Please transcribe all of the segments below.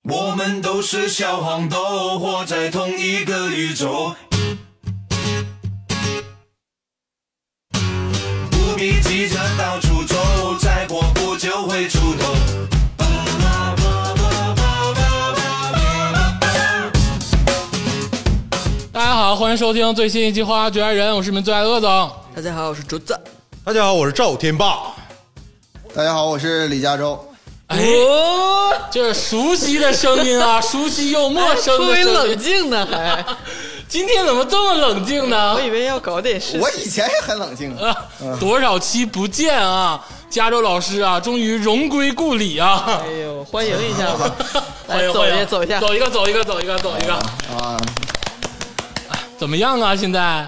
我们都是小黄豆，活在同一个宇宙。不必急着到处走，再过不久会出头。 大家好，欢迎收听最新一期《花花局爱人》，我是你们最爱的鄂总。 大家好，我是竹子。 大家好，我是赵天霸。 大家好，我是李嘉洲。 哎，这是熟悉的声音啊，熟悉又陌生的声音。 特别冷静呢，还今天怎么这么冷静呢？ 我以为要搞点事情。 我以前也很冷静多少期不见啊，嘉洲老师啊，终于荣归故里啊！ 哎呦，欢迎一下吧， 欢迎走一下，走一下， 走一个啊！ 怎么样啊？现在？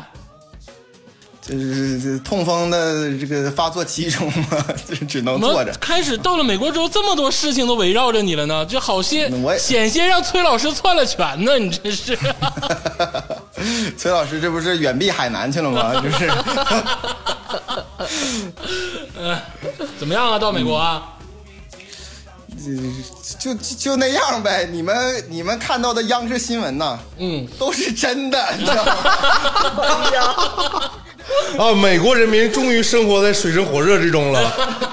就是痛风的这个发作期中嘛，就只能坐着。 开始到了美国之后，这么多事情都围绕着你了呢，这好些险些让崔老师篡了权呢，你真是。 崔老师这不是远避海南去了吗？就是。 怎么样啊？到美国啊？ 就那样呗。你们看到的央视新闻呐，都是真的，你知道吗？ 哎呀。 啊！美国人民终于生活在水深火热之中了。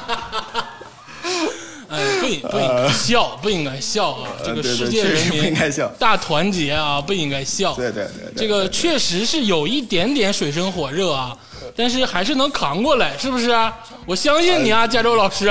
哎，不应该笑，不应该笑啊！这个世界人民大团结啊，不应该笑。 对， 这个确实是有一点点水深火热啊，但是还是能扛过来，是不是？我相信你啊，嘉洲老师。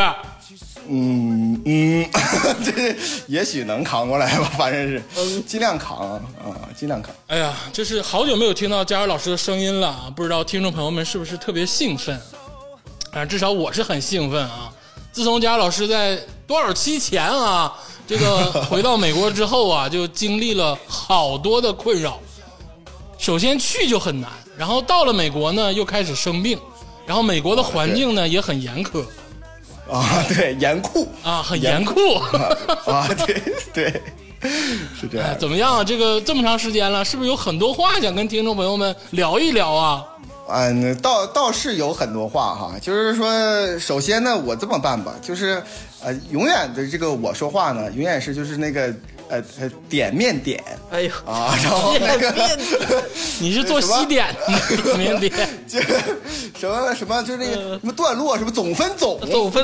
这也许能扛过来吧，反正是尽量扛啊，尽量扛。 哎呀，这是好久没有听到嘉洲老师的声音了啊，不知道听众朋友们是不是特别兴奋？至少我是很兴奋啊！自从嘉洲老师在多少期前啊，这个回到美国之后啊，就经历了好多的困扰。首先去就很难，然后到了美国呢又开始生病，然后美国的环境呢也很严苛。 啊，对，严酷啊，很严酷啊，对，是这样。 怎么样啊？这么长时间了，是不是有很多话想跟听众朋友们聊一聊啊？ 倒是有很多话哈，就是说，首先呢，我这么办吧，就是永远的这个我说话呢，永远是就是那个点面点， 哎呦啊，然后那个你是做西点点面点， 就什么就是那个什么段落什么总分总分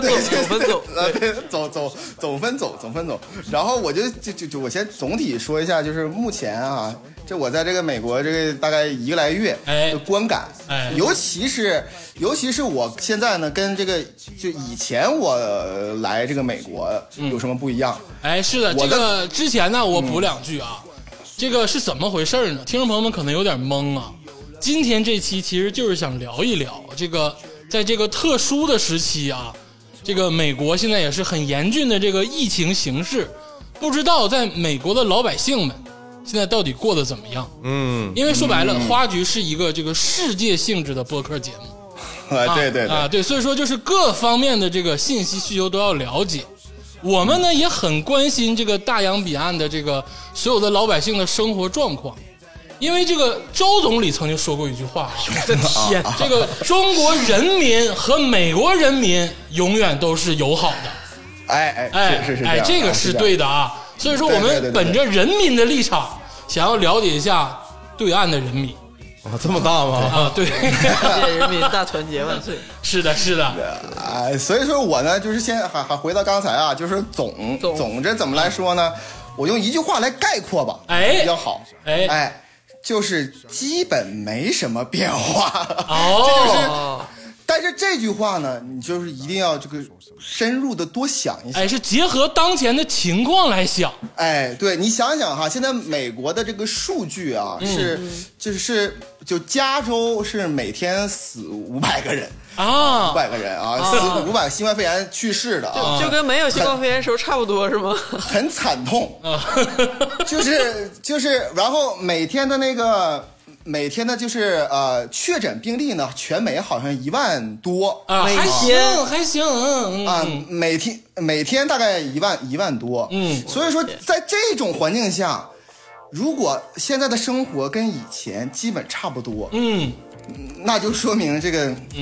走，然后我就我先总体说一下，就是目前啊，这我在这个美国这个大概1个来月的观感，尤其是我现在呢跟这个就以前我来这个美国有什么不一样？ 是的，这个之前呢我补两句啊，这个是怎么回事呢？听众朋友们可能有点懵啊。今天这期其实就是想聊一聊这个在这个特殊的时期啊，这个美国现在也是很严峻的这个疫情形势，不知道在美国的老百姓们现在到底过得怎么样？因为说白了，花局是一个这个世界性质的播客节目，对，所以说就是各方面的这个信息需求都要了解。我们呢也很关心这个大洋彼岸的这个所有的老百姓的生活状况，因为这个周总理曾经说过一句话，我的天，这个中国人民和美国人民永远都是友好的。 是这个是对的啊。所以说我们本着人民的立场，想要了解一下对岸的人民。 这么大吗？ 啊，对，世界人民大团结万岁！ 是的。 所以说我呢，就是先还回到刚才啊，就是总这怎么来说呢？我用一句话来概括吧，比较好。就是基本没什么变化。但是这句话呢，你就是一定要这个深入的多想一想。 是结合当前的情况来想。 对，你想想哈，现在美国的这个数据啊，就加州是每天死500个人啊，500个人啊，死500个新冠肺炎去世的啊， 就跟没有新冠肺炎时候差不多是吗？ 很惨痛就是，然后每天呢就是确诊病例呢，全美好像1万多啊，还行啊，每天大概1万多，所以说在这种环境下，如果现在的生活跟以前基本差不多，那就说明这个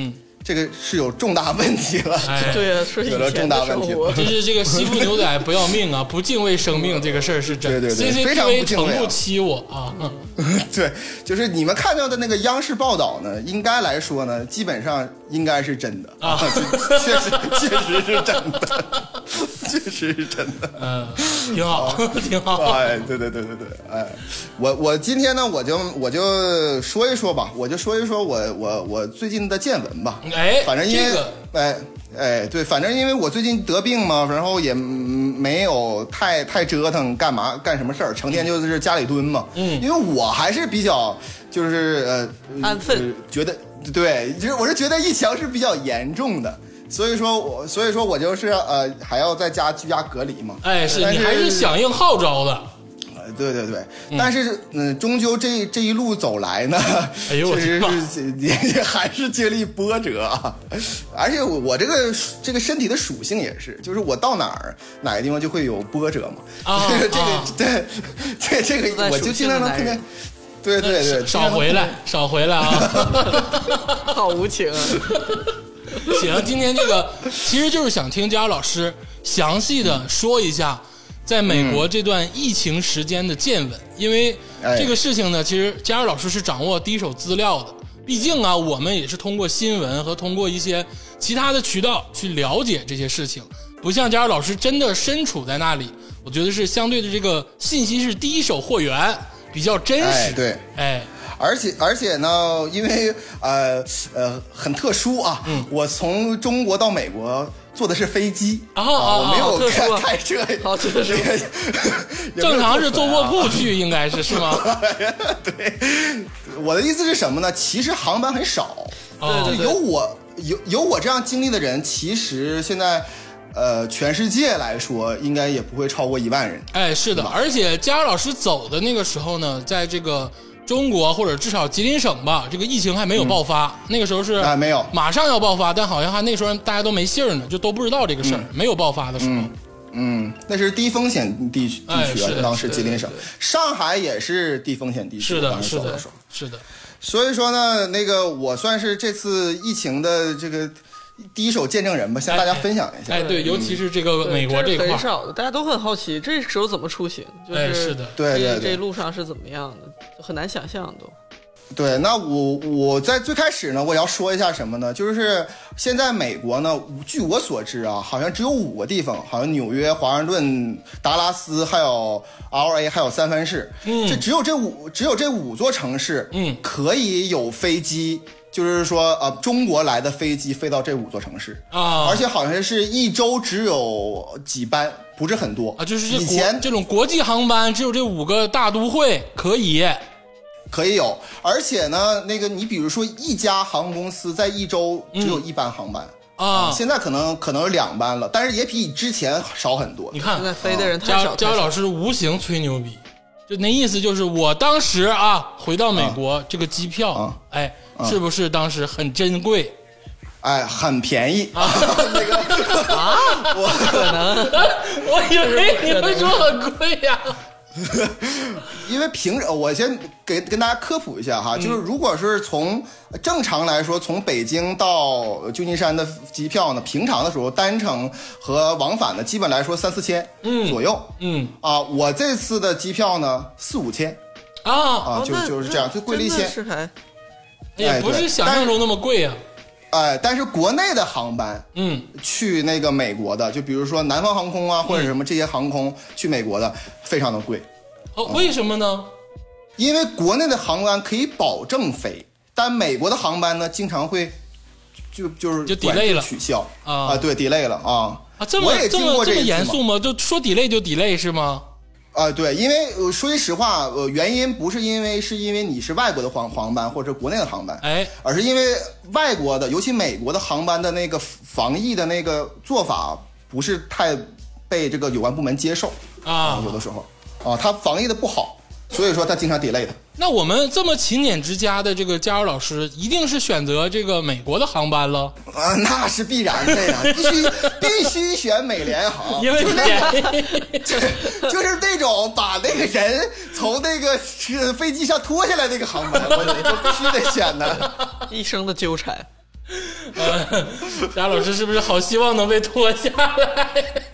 这个是有重大问题了。 对啊， 有了重大问题。 就是这个西部牛仔不要命啊，不敬畏生命这个事儿是真的。 对，非常不敬畏。 程度欺我啊！ 对，就是你们看到的那个央视报道呢，应该来说呢，基本上应该是真的啊，确实是真的，确实是真的。 挺好，挺好。 哎，对，哎，我今天呢，我就说一说吧，我就说一说我最近的见闻吧。 哎， 反正因为这个对，反正因为我最近得病嘛，然后也没有太折腾干什么事儿，成天就是家里蹲嘛。因为我还是比较就是安分， 觉得对，就是我是觉得一强是比较严重的。所以说我就是还要在家居家隔离嘛。 哎，是你还是响应号召的。 对，但是终究这一路走来呢， 哎呦， 确实是还是经历波折啊。而且我这个身体的属性也是，就是我到哪个地方就会有波折嘛。这个我就尽量能天天。对， 少回来啊！ 好无情啊！ 行，今天这个其实就是想听佳老师详细的说一下在美国这段疫情时间的见闻，因为这个事情呢，其实佳老师是掌握第一手资料的。毕竟啊，我们也是通过新闻和通过一些其他的渠道去了解这些事情，不像佳老师真的身处在那里，我觉得是相对的这个信息是第一手货源，比较真实。 对，而且呢，因为很特殊啊，我从中国到美国坐的是飞机我没有开车， 好特殊。 正常是坐卧铺去，应该是吗？ 对，我的意思是什么呢？其实航班很少， 对， 有我这样经历的人，其实现在。全世界来说，应该也不会超过1万人。哎， 是的，而且佳老师走的那个时候呢，在这个中国或者至少吉林省吧，这个疫情还没有爆发。那个时候是没有， 马上要爆发，但好像还那时候大家都没信儿呢，就都不知道这个事儿，没有爆发的时候。 那是低风险地区啊，当时吉林省， 对上海也是低风险地区。 是的。 所以说呢，那个我算是这次疫情的这个。第一手见证人吧，向大家分享一下。 对，尤其是这个美国这块， 很少的，大家都很好奇，这时候怎么出行？ 是的， 对， 这路上是怎么样的，很难想象都。 对，那我在最开始呢，我要说一下什么呢？就是现在美国呢，据我所知啊，好像只有5个地方，好像纽约、华盛顿、达拉斯，还有 LA， 还有三藩市。这只有这5座城市，可以有飞机。就是说，中国来的飞机飞到这5座城市啊， 而且好像是一周只有几班，不是很多啊。就是以前这种国际航班只有这5个大都会可以有，而且呢，那个你比如说一家航空公司在一周只有1班航班啊， 现在可能有2班了，但是也比之前少很多。 你看， 现在飞的人太少。 佳老师无形吹牛逼，就那意思就是我当时啊回到美国这个机票，是不是当时很珍贵？ 很便宜那个我可能， 我以为你会说很贵呀。 因为我先跟大家科普一下哈，就是如果是从正常来说，从北京到旧金山的机票呢，平常的时候单程和往返呢，基本来说3-4千左右。我这次的机票呢4-5千就是这样，就贵了一些。 也不是想象中那么贵呀。 但是国内的航班，去那个美国的，就比如说南方航空啊，或者什么这些航空去美国的，非常的贵。 为什么呢？ 因为国内的航班可以保证飞，但美国的航班呢，经常会就 delay 了， 取消对 delay 了我也经过这么严肃吗？就说 delay 就 delay 是吗？ 对，因为说句实话，原因不是因为你是外国的航班或者国内的航班，而是因为外国的，尤其美国的航班的那个防疫的那个做法不是太被这个有关部门接受有的时候他防疫的不好，所以说他经常 delay 的。 那我们这么勤俭持家的这个佳茹老师，一定是选择这个美国的航班了那是必然的呀，必须选美联航， 因为就是那种把那个人从那个飞机上拖下来那个航班，我必须得选的。 一生的纠缠。 贾老师是不是好希望能被拖下来？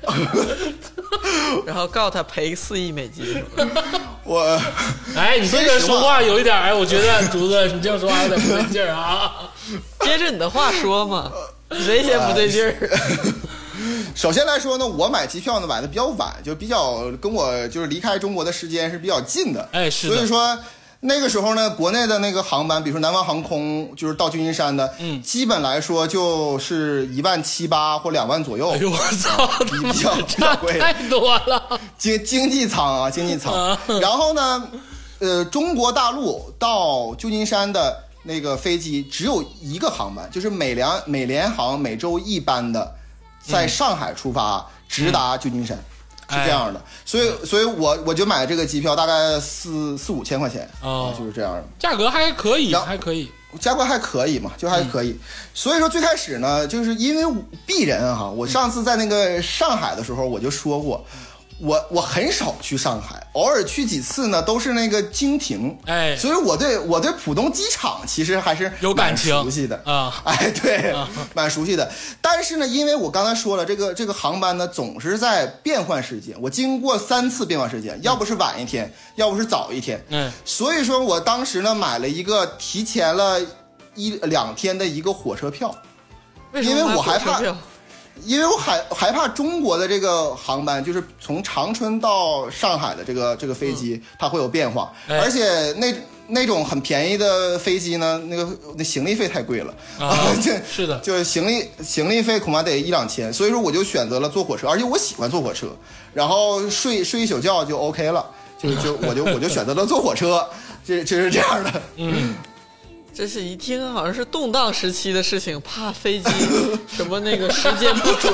然后告他赔4亿美金。 你这个说话有一点我觉得竹子你这样说话有点不对劲儿啊。 接着你的话说嘛，谁先不对劲儿？ 首先来说呢，我买机票呢买的比较晚，就比较跟我就是离开中国的时间是比较近的。 是的。 所以说那个时候呢，国内的那个航班，比如说南方航空，就是到旧金山的，基本来说就是17800或2万左右。 哎呦我操， 比较贵， 太多了。 经济舱啊，经济舱。然后呢，中国大陆到旧金山的那个飞机只有一个航班，就是美联航每周1班的，在上海出发，直达旧金山。是这样的，所以我就买了这个机票，大概4-5千块钱就是这样的， 价格还可以，还可以， 价格还可以嘛，就还可以。所以说最开始呢，就是因为鄙人哈，我上次在那个上海的时候我就说过，我很少去上海，偶尔去几次呢，都是那个经停，所以我对浦东机场其实还是有感情， 熟悉的啊， 对，蛮熟悉的。但是呢，因为我刚才说了，这个航班呢总是在变换时间，我经过3次变换时间，要不是晚一天，要不是早一天，所以说我当时呢买了一个提前了1-2天的一个火车票，因为我害怕。因为我害怕中国的这个航班，就是从长春到上海的这个飞机，它会有变化，而且那种很便宜的飞机呢，那行李费太贵了是的， 就是行李费恐怕得1-2千，所以说我就选择了坐火车，而且我喜欢坐火车，然后睡一宿觉就 OK 了，我就选择了坐火车，就是这样的， 这是一听好像是动荡时期的事情，怕飞机什么那个时间不准，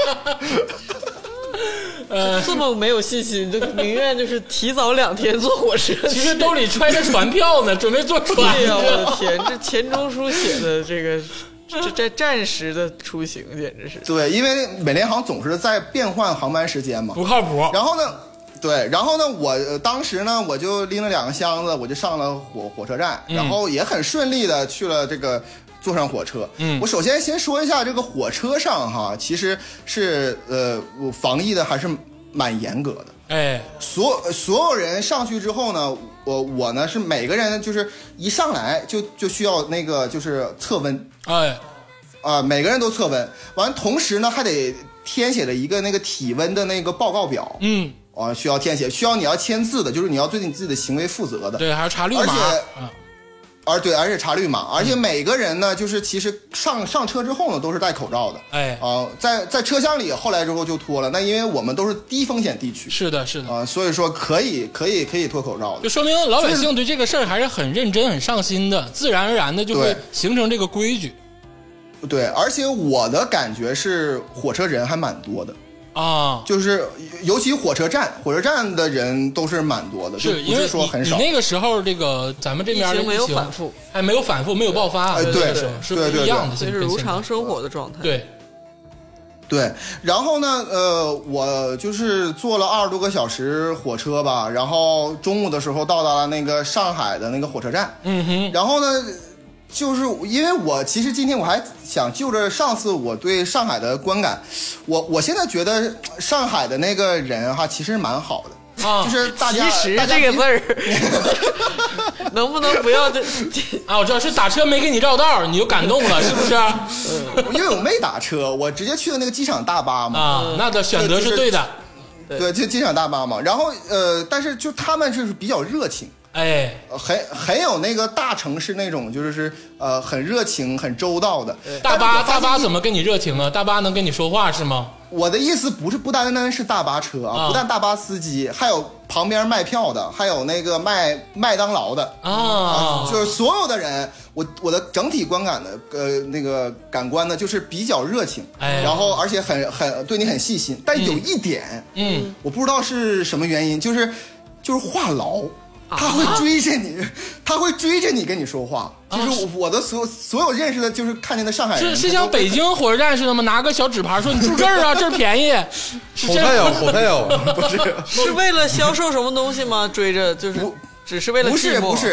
这么没有信心，就宁愿就是提早2天坐火车。 其实兜里揣着船票呢，准备坐船。 对呀，我的天，这钱钟书写的这战时的出行简直是。 对，因为美联航总是在变换航班时间嘛， 不靠谱。 然后呢，我当时呢，我就拎了2个箱子，我就上了火车站，然后也很顺利的去了这个坐上火车。我首先先说一下这个火车上哈，其实是防疫的还是蛮严格的。所有人上去之后呢，我呢是每个人就是一上来就需要那个就是测温。每个人都测温，完同时呢还得填写了一个那个体温的那个报告表。需要填写，需要你要签字的，就是你要对你自己的行为负责的。 对，还要查绿码。 而且查绿码，而且每个人呢，就是其实上车之后呢，都是戴口罩的。在车厢里后来之后就脱了，那因为我们都是低风险地区。 是的所以说可以脱口罩的， 就说明老百姓对这个事儿还是很认真、很上心的，自然而然的就会形成这个规矩。 对，而且我的感觉是火车人还蛮多的。就是尤其火车站的人都是蛮多的， 是因为说很少。 你那个时候这个咱们这边的疫情没有反复， 还没有反复，没有爆发。 对， 是不一样的， 所以是如常生活的状态。 对，然后呢，我就是坐了20多个小时火车吧，然后中午的时候到达了那个上海的那个火车站。然后呢，就是因为我其实今天我还想就着上次我对上海的观感，我现在觉得上海的那个人哈其实蛮好的，就是大家其实这个字儿能不能不要这我知道是打车没给你绕道，你就感动了，是不是？ 因为我没打车，我直接去的那个机场大巴嘛。 那的选择是对的。 对，就机场大巴嘛。然后但是就他们就是比较热情。很有那个大城市那种，就是很热情、很周到的。 大巴怎么跟你热情啊？大巴能跟你说话是吗？ 我的意思不单单是大巴车不但大巴司机，还有旁边卖票的，还有那个卖麦当劳的就是所有的人，我的整体观感的那个感官呢，就是比较热情，然后而且很对你很细心。但有一点，我不知道是什么原因，就是话痨。他会追着你跟你说话，就是我的所有认识的，就是看见的上海人是像北京火车站似的吗？拿个小纸牌说你住这儿啊，这儿便宜。 火太有，不是是为了销售什么东西吗？追着就是只是为了不是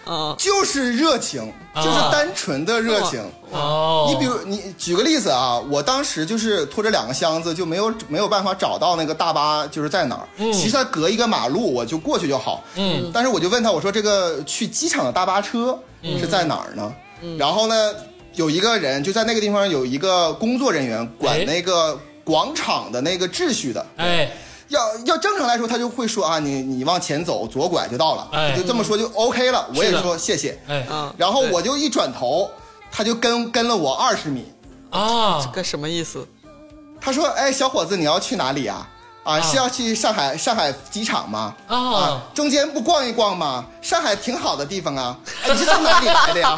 就是热情，就是单纯的热情。你比如你举个例子啊，我当时就是拖着2个箱子，就没有办法找到那个大巴就是在哪儿。其实它隔一个马路，我就过去就好。但是我就问他，我说这个去机场的大巴车是在哪儿呢？然后呢，有一个人就在那个地方有一个工作人员管那个广场的那个秩序的。要正常来说，他就会说啊，你往前走，左拐就到了，就这么说就 OK 了。我也说谢谢。然后我就一转头，他就跟了我20米。 这个什么意思？ 他说：“哎，小伙子，你要去哪里啊？是要去上海机场吗？中间不逛一逛吗？上海挺好的地方啊。你是从哪里来的呀？”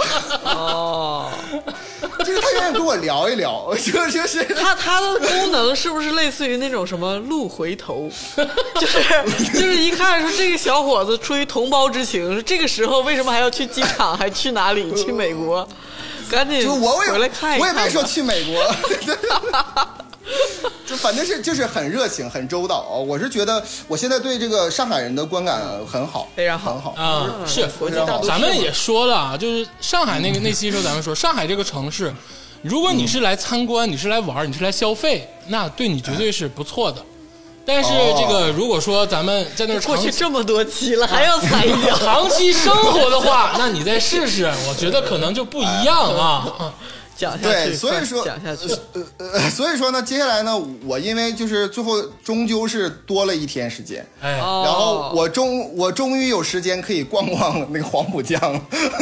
就是他愿意跟我聊一聊，就是他的功能是不是类似于那种什么路回头，就是一看说这个小伙子出于同胞之情，说这个时候为什么还要去机场，还去哪里？去美国？赶紧回来看一看。 我也没说去美国。就反正就是很热情很周到。我是觉得我现在对这个上海人的观感很好， 非常好， 很好是国际大都市。 咱们也说了啊，就是上海那期时候咱们说上海这个城市，如果你是来参观，你是来玩，你是来消费，那对你绝对是不错的。但是这个如果说咱们在那儿过去这么多期了还要踩一脚， 长期生活的话，那你再试试，我觉得可能就不一样啊。 讲下去， 对，所以说讲下去， 所以说呢，接下来呢，我因为就是最后终究是多了1天时间，然后我终于有时间可以逛那个黄浦江了。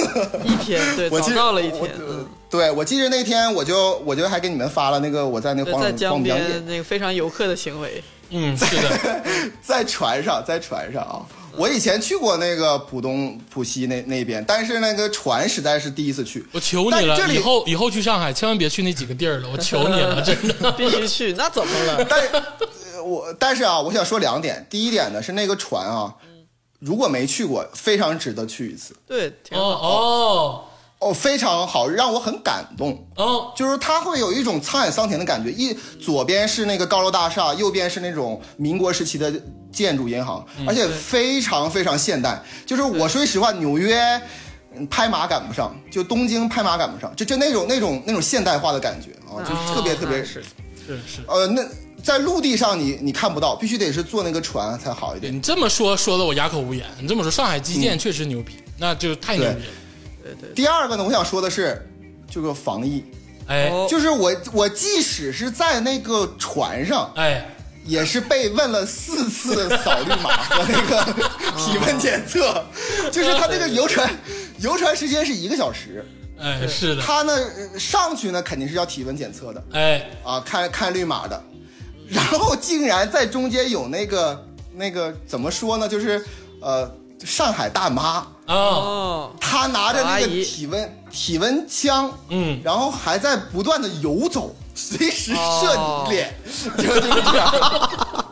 1天，对，早到了1天。 对，我记得那天我就还给你们发了那个我在那个在江边那个非常游客的行为。 是的， 在船上啊。我以前去过那个浦东浦西那边，但是那个船实在是第一次去。 我求你了，以后去上海千万别去那几个地儿了，我求你了，真的必须去。那怎么了？ 但是啊，我想说2点。第一点呢是那个船啊，如果没去过，非常值得去一次。 对，挺好。 非常好，让我很感动。就是它会有一种沧海桑田的感觉。左边是那个高楼大厦，右边是那种民国时期的建筑银行，而且非常非常现代。就是我说实话，纽约拍马赶不上，就东京拍马赶不上，就那种现代化的感觉啊，就特别特别是。 那在陆地上你看不到，必须得是坐那个船才好一点。 你这么说的我哑口无言。你这么说，上海基建确实牛逼，那就太牛逼了。 对。 第二个呢，我想说的是，这个防疫，就是我即使是在那个船上，也是被问了4次扫绿码和那个体温检测，就是他那个游船时间是1个小时， 是的， 他呢上去呢肯定是要体温检测的，看绿码的，然后竟然在中间有那个怎么说呢，就是上海大妈。他拿着那个体温枪，然后还在不断的游走，随时射你脸，就这样。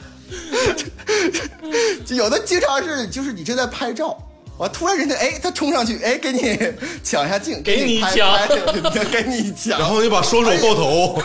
就有的经常是，就是你正在拍照，突然人家他冲上去，给你抢一下镜， 给你一枪， 给你一枪， 然后你把双手抱头。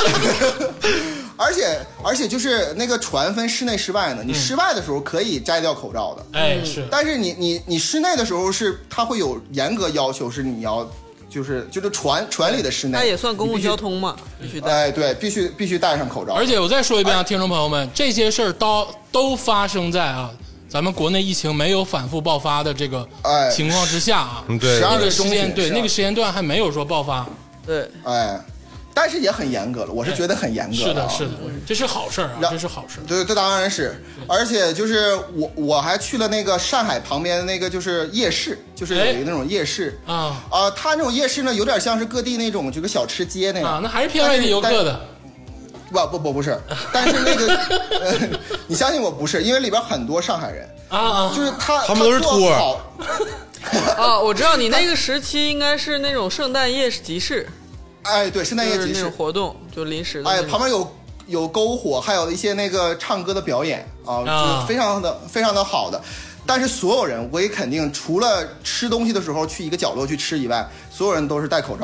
而且就是那个船分室内室外呢，你室外的时候可以摘掉口罩的， 是， 但是你室内的时候是它会有严格要求，是你要就是船里的室内， 它也算公共交通嘛，必须戴， 对，必须戴上口罩。 而且我再说一遍啊，听众朋友们，这些事儿都发生在咱们国内疫情没有反复爆发的这个情况之下啊， 对， 那个时间那个时间段还没有说爆发， 对， 但是也很严格了，我是觉得很严格的， 是的，这是好事啊，这是好事。 对，这当然是，而且就是我还去了那个上海旁边那个就是夜市，就是有一个那种夜市它那种夜市呢，有点像是各地那种这个小吃街那样那还是偏外地游客的。 不是，但是那个你相信我不是，因为里边很多上海人就是他们都是托儿。我知道你那个时期应该是那种圣诞夜集市。 对，圣诞夜集市那种活动就临时的。 旁边有篝火，还有一些那个唱歌的表演就非常的好的。但是所有人，我也肯定，除了吃东西的时候去一个角落去吃以外，所有人都是戴口罩的。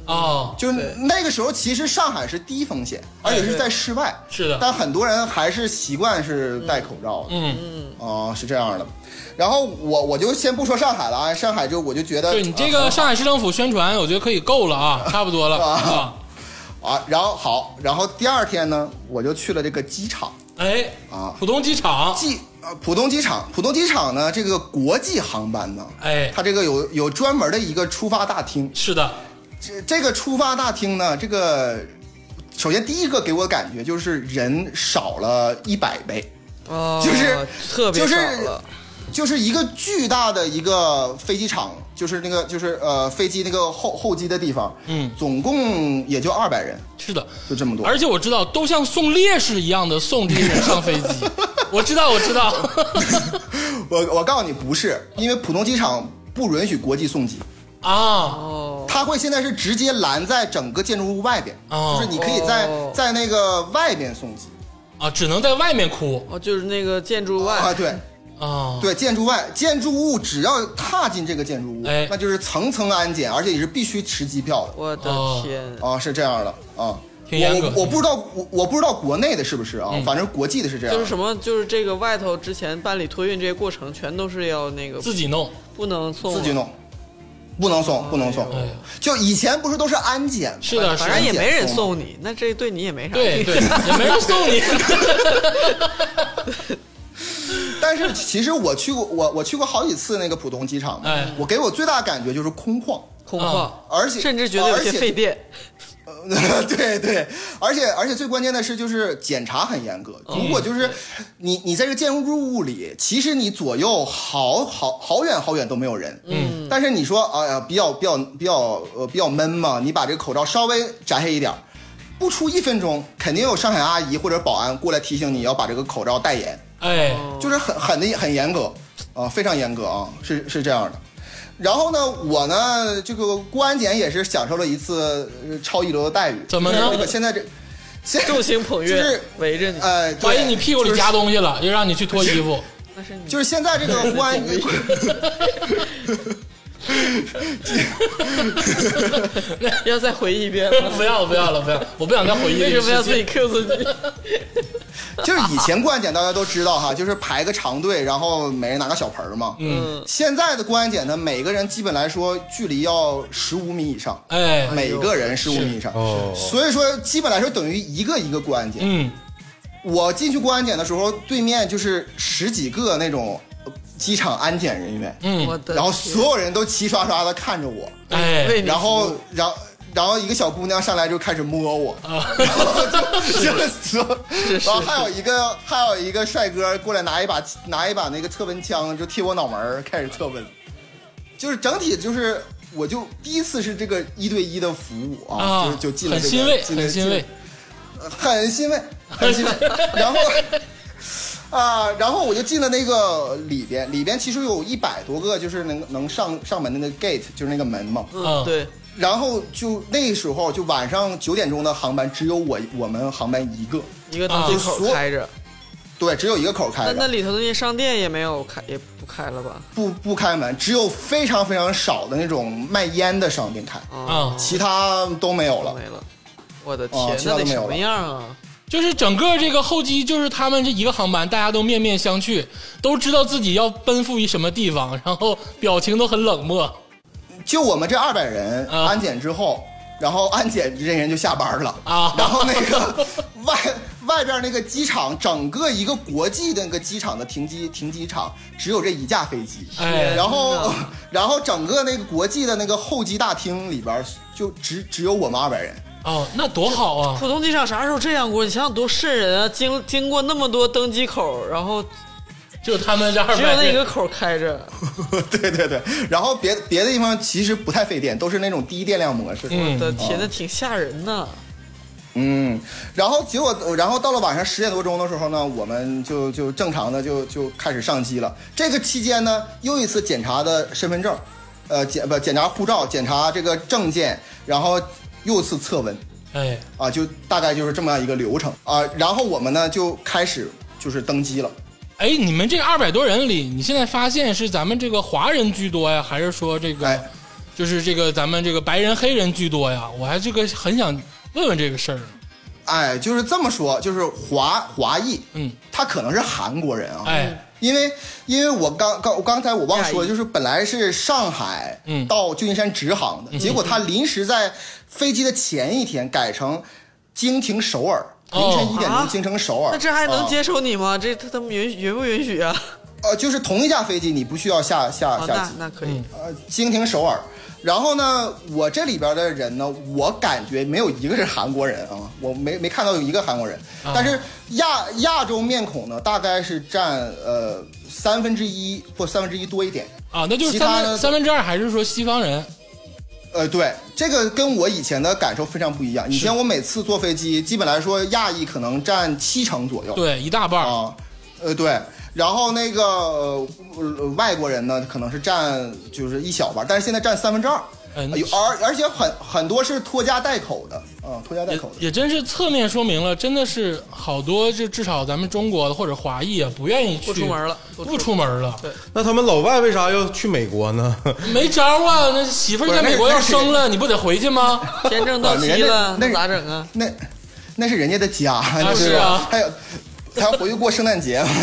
就是那个时候其实上海是低风险，而且是在室外， 是的， 但很多人还是习惯是戴口罩，是这样的。然后我就先不说上海了啊，上海我就觉得， 对你这个上海市政府宣传，我觉得可以够了啊，差不多了然后好，然后第二天呢，我就去了这个机场， 浦东机场， 浦东机场呢，这个国际航班呢，它这个有专门的一个出发大厅， 是的， 这个出发大厅呢，这个首先第一个给我感觉就是人少了100倍，就是特别少了。 就是一个巨大的一个飞机场，就是那个飞机那个候机的地方，总共也就200人， 是的， 就这么多。 而且我知道都像送烈士一样的送这些人上飞机，我知道。 我告诉你不是，因为浦东机场不允许国际送机他会现在是直接拦在整个建筑物外边，就是你可以在那个外边送机只能在外面哭就是那个建筑外对。对，建筑物只要踏进这个建筑物，那就是层层安检，而且也是必须持机票的。 我的天是这样的挺严格。 我不知道国内的是不是反正国际的是这样。 就是什么，就是这个外头之前办理托运这些过程，全都是要那个自己弄， 不能送， 自己弄。不能送。就以前不是都是安检， 是的， 反正也没人送你，那这对你也没啥。 对，也没人送你。 但是其实我去过好几次那个浦东机场，我给我最大的感觉就是空旷，而且甚至觉得有些费电。 对，而且最关键的是就是检查很严格。如果就是你在这个建筑物里，其实你左右好远都没有人，但是你说比较闷嘛，你把这个口罩稍微摘下一点，不出1分钟，肯定有上海阿姨或者保安过来提醒你要把这个口罩戴严。就是很严格非常严格是这样的。然后呢，我呢这个过安检也是享受了一次超一流的待遇。 怎么呢？ 现在众星捧月，就是围着你， 怀疑你屁股里夹东西了，就让你去脱衣服。 就是现在这个过安要再回忆一遍吗？ 不要了，我不想再回忆。 为什么要自己 Q 自己？ 就是以前过安检大家都知道就是排个长队，然后每人拿个小盆嘛。现在的过安检呢，每个人基本来说距离要15米以上，每个人15米以上。所以说基本来说等于一个过安检。我进去过安检的时候，对面就是10几个那种机场安检人员，然后所有人都齐刷刷的看着我，然后一个小姑娘上来就开始摸我，然后然后还有一个帅哥过来拿一把那个测温枪就贴我脑门开始测温，就是整体就是我就第一次是这个1对1的服务就进了这个， 很欣慰， 然后我就进了那个里边其实有100多个就是能上门的那个 gate， 就是那个门嘛。 对。 然后就那时候就晚上9点钟的航班，只有我们航班一个登机口开着。 对，只有一个口开着。 那里头的那些商店也没有开，也不开了吧？ 不开门，只有非常非常少的那种卖烟的商店开，其他都没有了。 没了，我的天，那得什么样啊？ 就是整个这个候机，就是他们这一个航班，大家都面面相觑，都知道自己要奔赴一什么地方，然后表情都很冷漠。 就我们这200人安检之后，然后安检人员就下班了然后那个外边那个机场，整个一个国际的那个机场的停机场只有这一架飞机，然后整个那个国际的那个候机大厅里边就只有我们200人。 那多好啊！ 浦东机场啥时候这样过？你想想多瘆人啊！经过那么多登机口，然后就他们这200人只有那个口开着。 对，然后别的地方其实不太费电，都是那种低电量模式。 我的天，那挺吓人的。 然后结果，然后到了晚上10点多钟的时候呢，我们就正常的就开始上机了。这个期间呢，又一次检查的身份证，检查护照，检查这个证件，然后又一次测温，就大概就是这么样一个流程然后我们呢就开始就是登机了。 你们这200多人里，你现在发现是咱们这个华人居多呀，还是说这个就是这个咱们这个白人黑人居多呀，我还这个很想问问这个事儿。 哎，就是这么说，就是华裔，他可能是韩国人啊， 哎， 因为我刚才我忘说了，就是本来是上海到旧金山直航的，结果他临时在飞机的前一天改成经停首尔，凌晨1点钟经停首尔， 那这还能接受你吗？这他们允不允许啊？ 就是同一架飞机，你不需要下机， 那可以。 经停首尔。然后呢，我这里边的人呢，我感觉没有一个是韩国人啊，我没看到有一个韩国人。但是亚洲面孔呢，大概是占1/3或1/3多一点啊，那就是2/3，还是说西方人？ 对，这个跟我以前的感受非常不一样。以前我每次坐飞机，基本来说亚裔可能占70%左右， 对，一大半啊，对。然后那个外国人呢，可能是占就是一小半，但是现在占2/3，而且很多是拖家带口的，拖家带口的， 也真是侧面说明了，真的是好多就至少咱们中国的或者华裔啊，不愿意去不出门了。 对， 那他们老外为啥要去美国呢？ 没招啊，那媳妇儿在美国要生了，你不得回去吗？ 签证到期了，那咋整啊？ 那是人家的家， 是啊， 还有。他要回去过圣诞节嘛？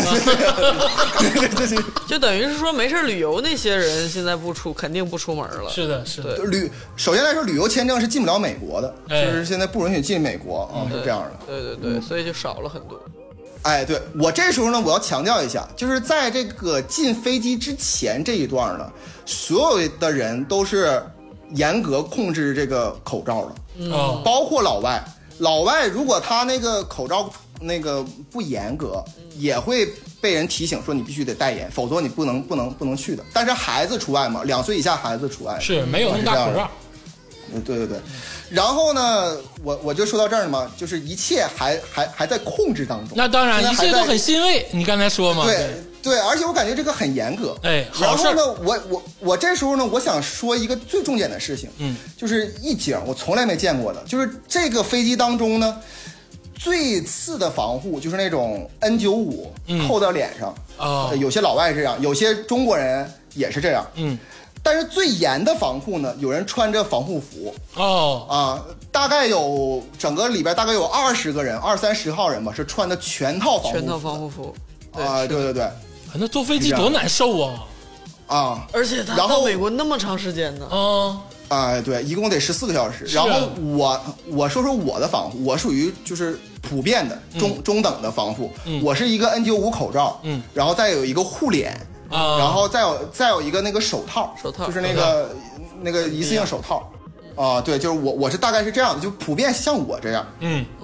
就等于是说没事旅游那些人现在肯定不出门了。 是的，是的。 首先来说，旅游签证是进不了美国的，就是现在不允许进美国啊，是这样的。 对，所以就少了很多。 哎，对，我这时候呢，我要强调一下，就是在这个进飞机之前这一段呢，所有的人都是严格控制这个口罩的，包括老外。老外如果他那个口罩那个不严格，也会被人提醒说你必须得戴严，否则你不能去的。但是孩子除外嘛，2岁以下孩子除外， 是没有那么大口罩。 对。然后呢，我就说到这儿嘛，就是一切还在控制当中。 那当然，一切都很欣慰。你刚才说嘛， 对，而且我感觉这个很严格。 哎，好事。 然后呢，我这时候呢，我想说一个最重点的事情，就是一景我从来没见过的，就是这个飞机当中呢，最次的防护就是那种 N95扣到脸上有些老外这样，有些中国人也是这样，但是最严的防护呢，有人穿着防护服大概有整个里边大概有20个人，20-30号人吧，是穿的全套防护服对。 那坐飞机多难受啊！而且他到美国那么长时间呢。 对，一共得14个小时。然后我说说我的防护，我属于就是普遍的中等的防护。我是一个 N95口罩，然后再有一个护脸，然后再有一个那个手套，就是那个一次性手套。对，就是我是大概是这样的，就普遍像我这样。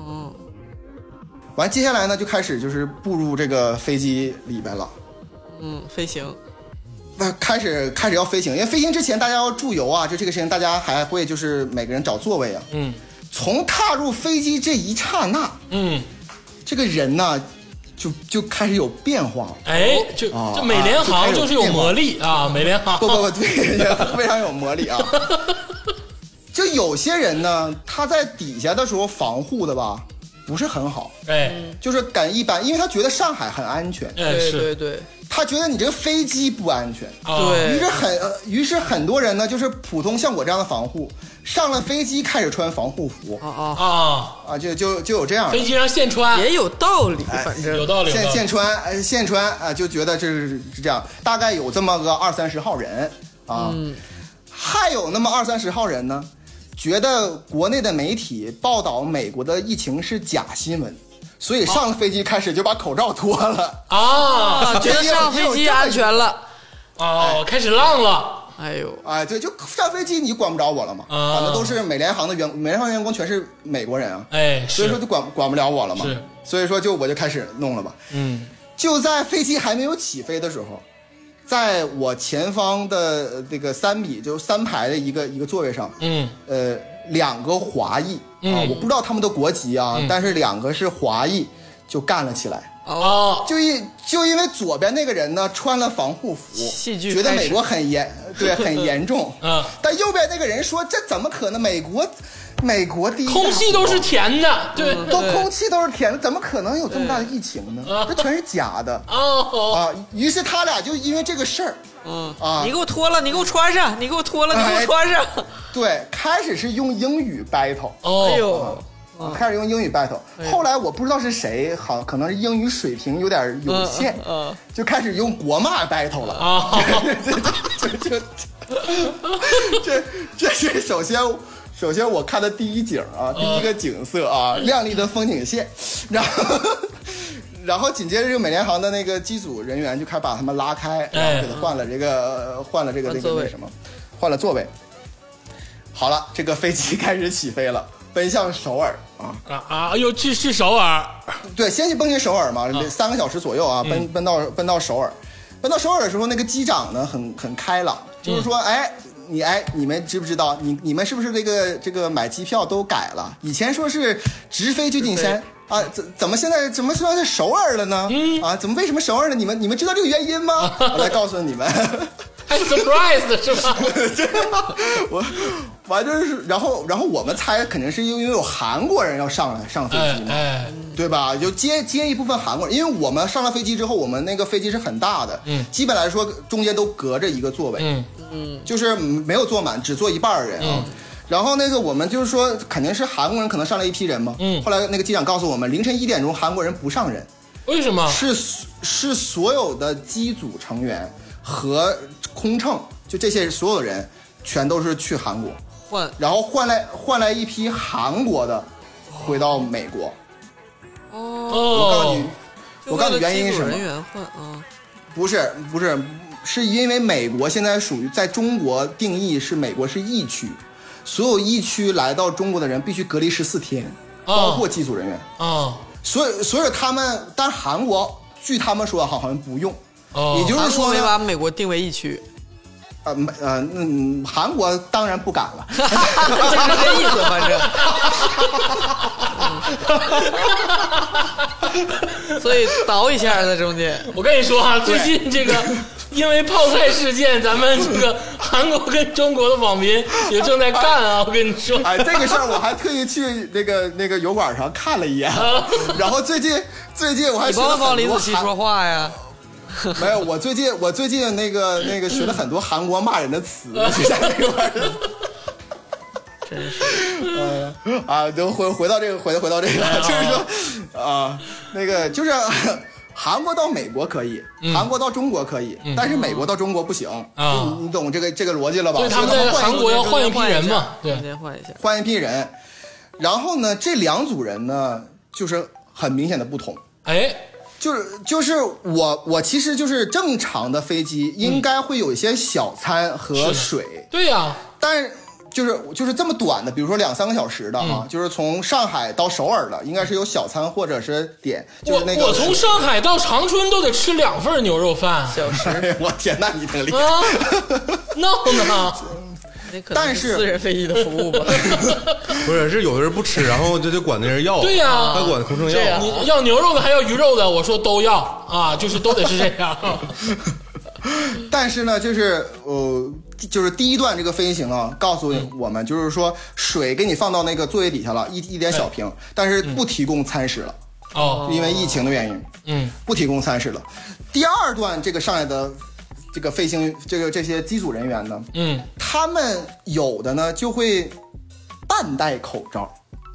完接下来呢就开始就是步入这个飞机里边了。 飞行。 开始要飞行，因为飞行之前大家要驻油啊，就这个事情大家还会就是每个人找座位啊。从踏入飞机这一刹那，这个人呢就开始有变化了。 哎，就美联航就是有魔力啊，美联航不对，非常有魔力啊。就有些人呢，他在底下的时候防护的吧不是很好，就是感一般，因为他觉得上海很安全， 对， 他觉得你这个飞机不安全， 对， 于是很多人呢，就是普通像我这样的防护，上了飞机开始穿防护服，就有这样的， 飞机上现穿也有道理，反正有道理， 现穿啊，就觉得这是这样，大概有这么个20-30号人啊，还有那么20-30号人呢，觉得国内的媒体报道美国的疫情是假新闻，所以上飞机开始就把口罩脱了觉得上飞机安全了开始浪了。 对，就上飞机你管不着我了嘛，反正都是美联航的员工全是美国人啊，所以说就管不了我了嘛，所以说我就开始弄了吧。就在飞机还没有起飞的时候，在我前方的这个3排的一个座位上，2个华裔我不知道他们的国籍啊，但是2个是华裔就干了起来哦， 就因为左边那个人呢穿了防护服，觉得美国很严重。但右边那个人说这怎么可能？美国第一， 空气都是甜的，对， 空气都是甜的，怎么可能有这么大的疫情呢？这全是假的于是他俩就因为这个事儿， 你给我脱了，你给我穿上，你给我脱了，你给我穿上。 对，开始是用英语 battle， 哎呦。 开始用英语 battle，后来我不知道是谁，可能是英语水平有点有限，就开始用国骂 battle 了这是首先我看的第一景第一个景色亮丽的风景线，然后紧接着这个美联航的那个机组人员就开始把他们拉开，然后给他换了座位。好了，这个飞机开始起飞了。奔向首尔又去首尔， 对，先去奔去首尔嘛，3个小时左右奔到首尔。奔到首尔的时候，那个机长呢很开朗，就是说，你们知不知道，你们是不是这个买机票都改了？以前说是直飞旧金山怎么现在说是首尔了呢？为什么首尔呢？你们知道这个原因吗？我来告诉你们。 还 surprise 是吧？ 我完就是，然后我们猜肯定是因为有韩国人要上飞机嘛，对吧？就接一部分韩国人，因为我们上了飞机之后，我们那个飞机是很大的，基本来说中间都隔着一个座位，就是没有坐满，只坐一半人然后那个我们就是说，肯定是韩国人可能上了一批人嘛。后来那个机长告诉我们，凌晨1点钟韩国人不上人， 为什么？ 是所有的机组成员和空乘，就这些所有的人全都是去韩国然后换来一批韩国的回到美国。我告诉你原因是什么？ 人员换不是，是因为美国现在属于在中国定义是美国是疫区，所有疫区来到中国的人必须隔离14天，包括机组人员所以他们，但韩国据他们说好像不用。也就是说没把美国定为疫区。 韩国当然不敢了， 这意思，反正。所以倒一下在中间。 我跟你说最近这个因为泡菜事件，咱们这个韩国跟中国的网民也正在干我跟你说。 这个事儿我还特意去那个油管上看了一眼，然后最近我还学了很多。 你帮李子柒说话呀。 没有，我最近那个学了很多韩国骂人的词，就在那块儿。 真是就回到这个，就是说那个就是韩国到美国可以，韩国到中国可以，但是美国到中国不行你懂这个逻辑了吧？ 所以他们在韩国要换一批人嘛，对， 换一批人。然后呢，这两组人呢，就是很明显的不同。就是我其实就是正常的飞机应该会有一些小餐和水， 对呀， 但是就是这么短的，比如说2-3个小时的就是从上海到首尔的，应该是有小餐或者是点，就是那个我从上海到长春都得吃2份牛肉饭， 小时， 我天，那你挺厉害 ，no 呢？ 但是私人飞机的服务吧， 不是有的人不吃，然后就管那人要， 对呀， 还管空乘要， 你要牛肉的还要鱼肉的，我说都要就是都得是这样。 但是呢，就是第一段这个飞行告诉我们，就是说水给你放到那个座位底下了，一点小瓶，但是不提供餐食了因为疫情的原因，不提供餐食了。第二段这个上来的这个飞行这些机组人员呢，他们有的呢就会半戴口罩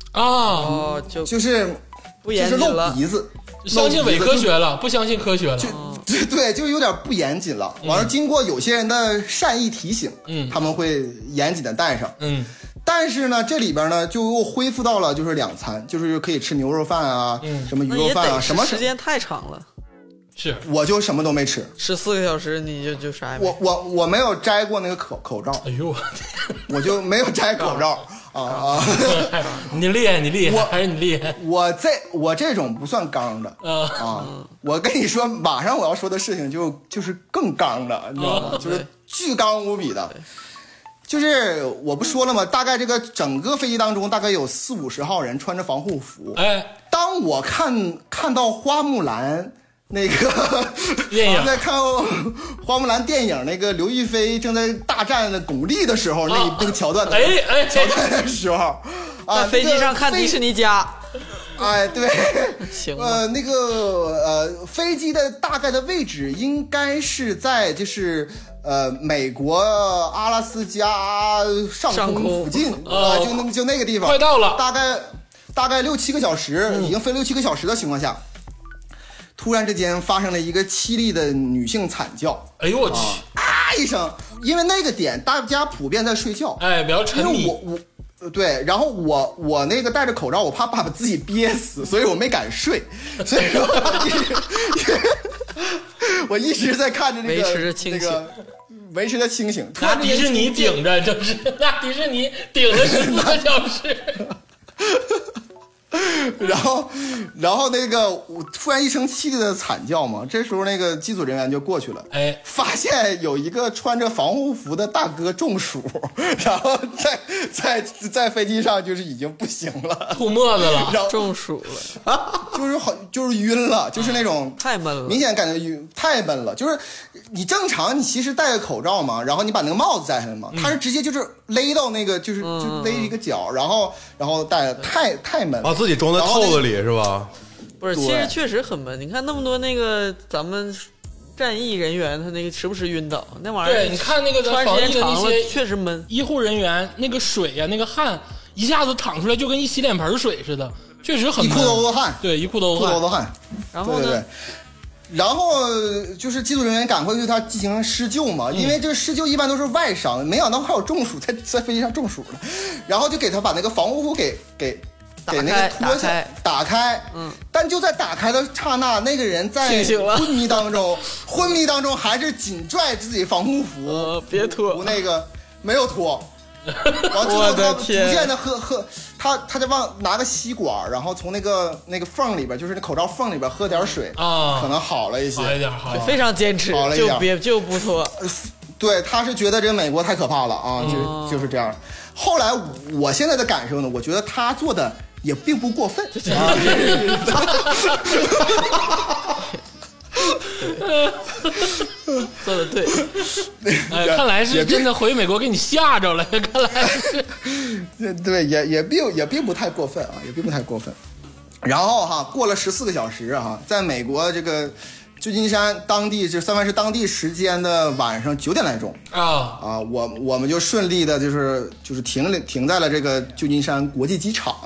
就是不严谨了， 露鼻子， 相信伪科学了，不相信科学了， 对，就有点不严谨了。完了，经过有些人的善意提醒，他们会严谨的戴上，但是呢，这里边呢就又恢复到了就是2餐，就是可以吃牛肉饭什么鱼肉饭什么时间太长了。 是， 我就什么都没吃 ，14个小时你就啥也没。 我没有摘过那个口罩， 哎呦， 我就没有摘口罩你厉害，还是你厉害？ 我这种不算刚的我跟你说，马上我要说的事情就是更刚的，你知道吗？就是巨刚无比的。 就是我不说了吗？大概这个整个飞机当中，大概有40-50号人穿着防护服。 哎， 当我看到花木兰那个电影， 在看花木兰电影那个刘亦菲正在大战巩俐的时候，那个桥段的桥段的时候， 在飞机上看迪士尼家。 哎，对， 行， 那个飞机的大概的位置应该是在就是美国阿拉斯加上空附近就那个地方， 快到了， 大概6-7个小时，已经飞6-7个小时的情况下，突然之间发生了一个凄厉的女性惨叫。 哎呦我去！ 一声，因为那个点大家普遍在睡觉， 哎，比较沉迷。 对，然后我那个戴着口罩，我怕把自己憋死，所以我没敢睡，所以说我一直在看着那个维持着清醒， 维持着清醒。 拿迪士尼顶着，就是拿迪士尼顶了14个小时。 然后那个我突然一声凄厉的惨叫嘛，这时候那个机组人员就过去了， 哎， 发现有一个穿着防护服的大哥中暑，然后在飞机上就是已经不行了， 吐沫子了， 然后中暑了， 就是晕了，就是那种太闷了， 明显感觉晕，太闷了。就是你正常，你其实戴个口罩嘛，然后你把那个帽子戴下来嘛，他是直接就是勒到那个就勒一个角，然后戴太闷了。 把自己装在套子里是吧？ 不是，其实确实很闷。你看那么多那个咱们战役人员，他那个时不时晕倒，那玩意儿。 对，你看那个穿防疫的那些确实闷。 医护人员那个水呀、那个汗一下子淌出来，就跟一洗脸盆水似的，确实很闷。 一裤兜子汗。 对，一裤兜子汗。 然后呢？ 对。然后就是机组人员赶快对他进行施救嘛，因为这个施救一般都是外伤，没想到还有中暑，在飞机上中暑了，然后就给他把那个防护服给那个脱下来，打开，但就在打开的刹那，那个人在昏迷当中还是紧拽自己防护服， 别脱， 那个没有脱，然后之后他逐渐的喝，他就拿个吸管，然后从那个缝里边，就是那口罩缝里边喝点水啊， 可能好了一些， 好一点， 非常坚持，就不脱。 对，他是觉得这美国太可怕了啊，就是这样。后来我现在的感受呢，我觉得他做的也并不过分。 做的对， 看来是真的回美国给你吓着了，看来是。 对，也并不太过分啊，也并不太过分。然后过了14个小时在美国这个旧金山当地就三藩市当地时间的晚上9点来钟我们就顺利的就是停在了这个旧金山国际机场。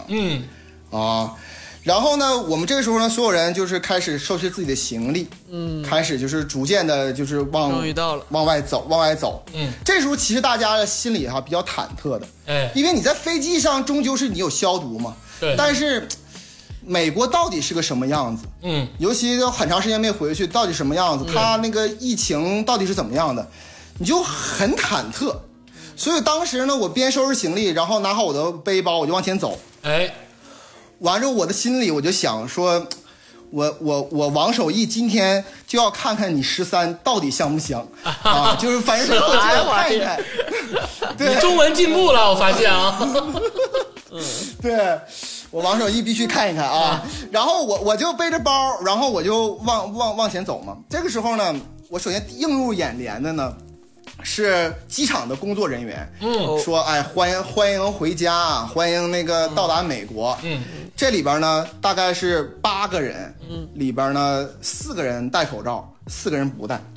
然后呢，我们这个时候呢，所有人就是开始收拾自己的行李，开始就是逐渐的，就是往外走，这时候其实大家心里比较忐忑的，因为你在飞机上终究是你有消毒嘛， 对， 但是美国到底是个什么样子？尤其都很长时间没回去，到底什么样子？它那个疫情到底是怎么样的？你就很忐忑。所以当时呢，我边收拾行李，然后拿好我的背包，我就往前走。完之后，我的心里我就想说，我王守义今天就要看看你13到底香不香啊！就是反正是我就要看一看。对， 你中文进步了，我发现啊。 对，我王守义必须看一看啊！然后我就背着包，然后我就往前走嘛。这个时候呢，我首先映入眼帘的呢是机场的工作人员，说欢迎回家，欢迎那个到达美国。这里边呢大概是8个人，里边呢4个人戴口罩，4个人不戴。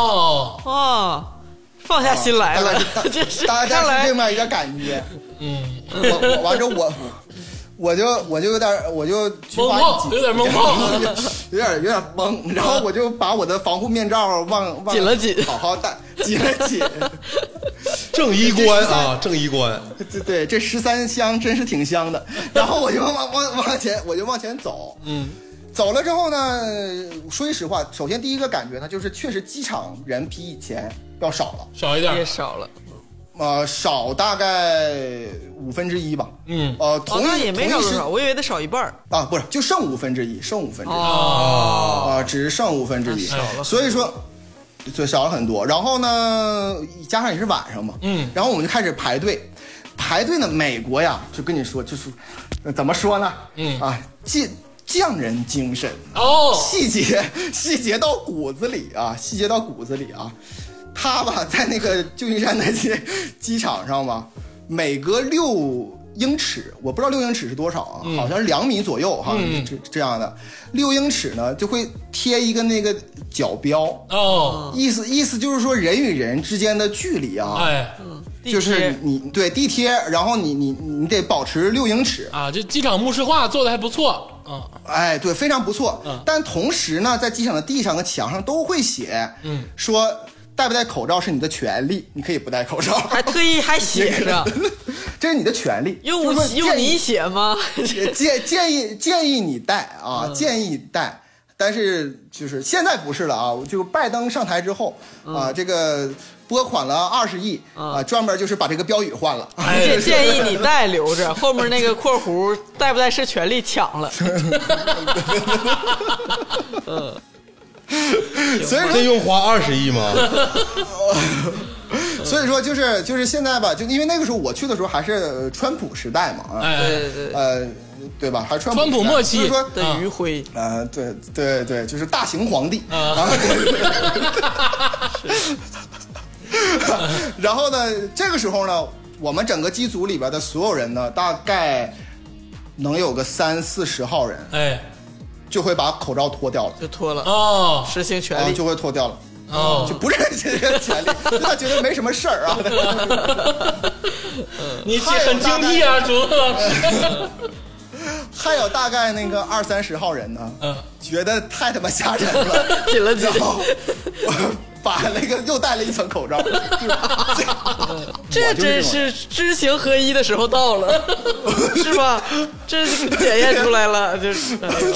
放下心来了， 大概是这么一个感觉。我完之后我就有点懵，有点懵， 有点懵，然后我就把我的防护面罩往紧了紧， 好好戴，紧了紧。 正衣冠啊，正衣冠。 对，这13香真是挺香的。然后我就往前走，走了之后呢，说句实话，首先第一个感觉呢，就是确实机场人比以前要少了， 少一点， 也少了。 少大概1/5吧。 那也没少多少，我以为得少一半啊，不是，就剩1/5，剩1/5。 哦， 只是剩1/5。所以说， 对，少了很多。然后呢，加上也是晚上嘛，然后我们就开始排队。排队呢，美国呀，就跟你说，就是怎么说呢？匠人精神哦， 细节到骨子里啊，细节到骨子里啊。他吧，在那个旧金山的机场上吧，每隔6英尺，我不知道6英尺是多少啊，好像是2米左右哈，这样的6英尺呢，就会贴一个那个角标哦， 意思就是说人与人之间的距离啊， 哎， 就是你对地贴，然后你得保持6英尺啊，这机场目视化做的还不错。 哎，对，非常不错。但同时呢，在机场的地上和墙上都会写，说戴不戴口罩是你的权利，你可以不戴口罩， 还特意还写着， 这是你的权利。 用你写吗？ 建议你戴啊，建议戴。但是就是现在不是了啊，就拜登上台之后啊，这个拨款了20亿啊，专门就是把这个标语换了。 建议你戴留着，后面那个括弧戴不戴是权利抢了。 所以这用花20亿吗？ 所以说就是现在吧，就因为那个时候我去的时候还是川普时代嘛，对吧？还是川普末期， 所以说的余晖， 对，就是大行皇帝然后呢，这个时候呢，我们整个机组里边的所有人呢，大概能有个30-40号人， 哎， 就会把口罩脱掉了， 就脱了哦， 实行权利就会脱掉了。 哦， 就不是这个权利，就他觉得没什么事儿啊。 你很精辟啊，朱老师。 还有大概那个20-30号人呢，觉得太他妈吓人了， 紧了， 然后我把那个又戴了一层口罩。 这真是知行合一的时候到了，是吧？这检验出来了，就是。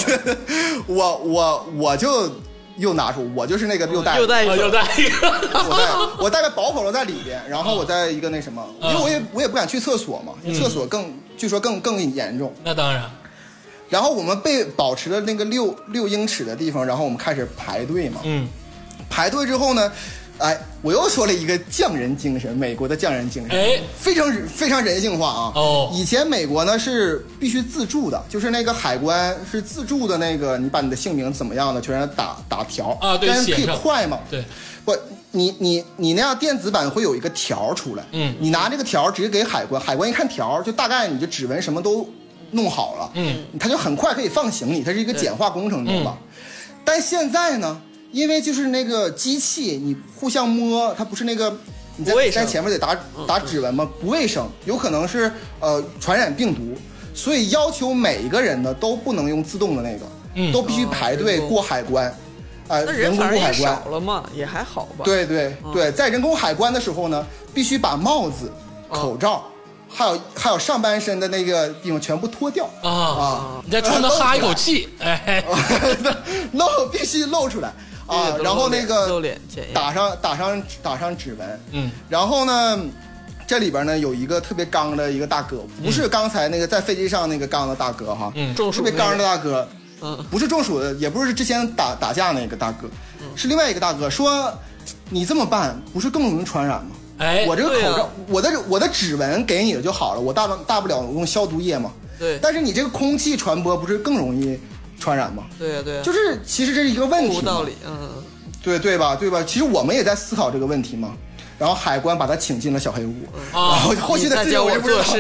我就。又拿出，我就是那个又戴一个，我戴个薄口罩在里边，然后我在一个那什么，因为我也不敢去厕所嘛，厕所据说更严重。 那当然。 然后我们被保持了那个6英尺的地方，然后我们开始排队嘛。排队之后呢，哎，我又说了一个匠人精神，美国的匠人精神， 哎， 非常人性化啊。 哦， 以前美国呢是必须自助的，就是那个海关是自助的那个，你把你的姓名怎么样的全打条啊，对， 但是可以快嘛？ 对， 不，你那样电子版会有一个条出来，你拿这个条直接给海关，海关一看条，就大概你就指纹什么都弄好了，他就很快可以放行李，它是一个简化工程，懂吧？但现在呢？因为就是那个机器，你互相摸，它不是那个你在前面得打指纹吗？不卫生，有可能是传染病毒，所以要求每一个人呢都不能用自动的那个，都必须排队过海关，人工过海关少了嘛，也还好吧。 对，在人工海关的时候呢，必须把帽子、口罩。还有上半身的那个地方全部脱掉啊！ 你再穿的哈一口气，哎， 必须露出来啊！然后那个露脸打上指纹，然后呢，这里边呢有一个特别刚的一个大哥，不是刚才那个在飞机上那个刚的大哥哈，特别刚的大哥，不是中暑的，也不是之前打架那个大哥，是另外一个大哥说，你这么办不是更容易传染吗？ 哎， 我这个口罩，我的指纹给你了就好了，我大不了用消毒液嘛。 对。 但是你这个空气传播不是更容易传染吗？ 对呀。 就是其实这是一个问题。 道理， 对吧？其实我们也在思考这个问题嘛。然后海关把他请进了小黑屋，然后后续的事情我就不知道。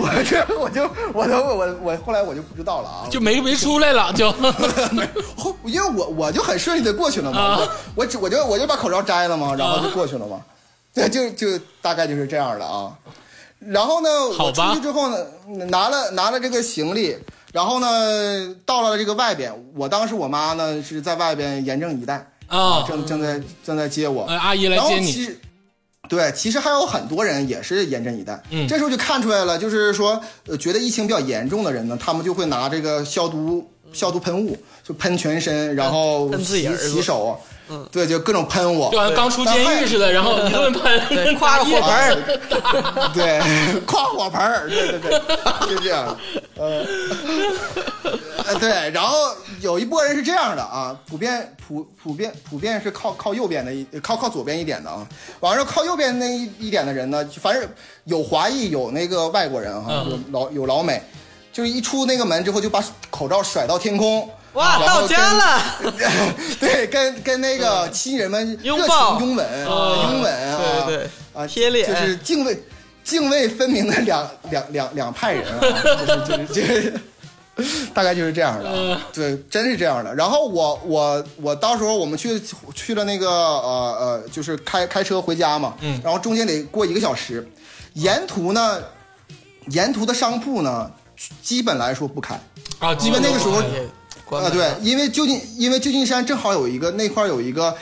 我后来我就不知道了啊， 就没出来了就。 因为我就很顺利的过去了嘛，我就把口罩摘了嘛，然后就过去了嘛。对，就大概就是这样的啊。然后呢，我出去之后呢，拿了这个行李，然后呢，到了这个外边，当时我妈呢是在外边严阵以待啊，正在接我， 阿姨来接你。 其实还有很多人也是严阵以待。这时候就看出来了，就是说，觉得疫情比较严重的人呢，他们就会拿这个消毒喷雾，就喷全身，然后洗手。对，就各种喷我， 就好像刚出监狱似的，然后一顿喷， 夸个火盆对，夸火盆对，就这样。对，然后有一波人是这样的啊，普遍是靠右边的，靠左边一点的啊。完了靠右边那一点的人呢，反正有华裔，有那个外国人啊，有老美，就是一出那个门之后就把口罩甩到天空。 哇，到家了！ 对，跟那个亲人们热情拥吻，拥吻啊， 对啊， 贴脸， 就是泾渭分明的两派人啊，就是大概就是这样的，对，真是这样的。然后我到时候我们去了那个就是开车回家嘛，然后中间得过1个小时，沿途的商铺呢，基本来说不开啊， 基本那个时候。对，因为旧金山正好有一个那块有一个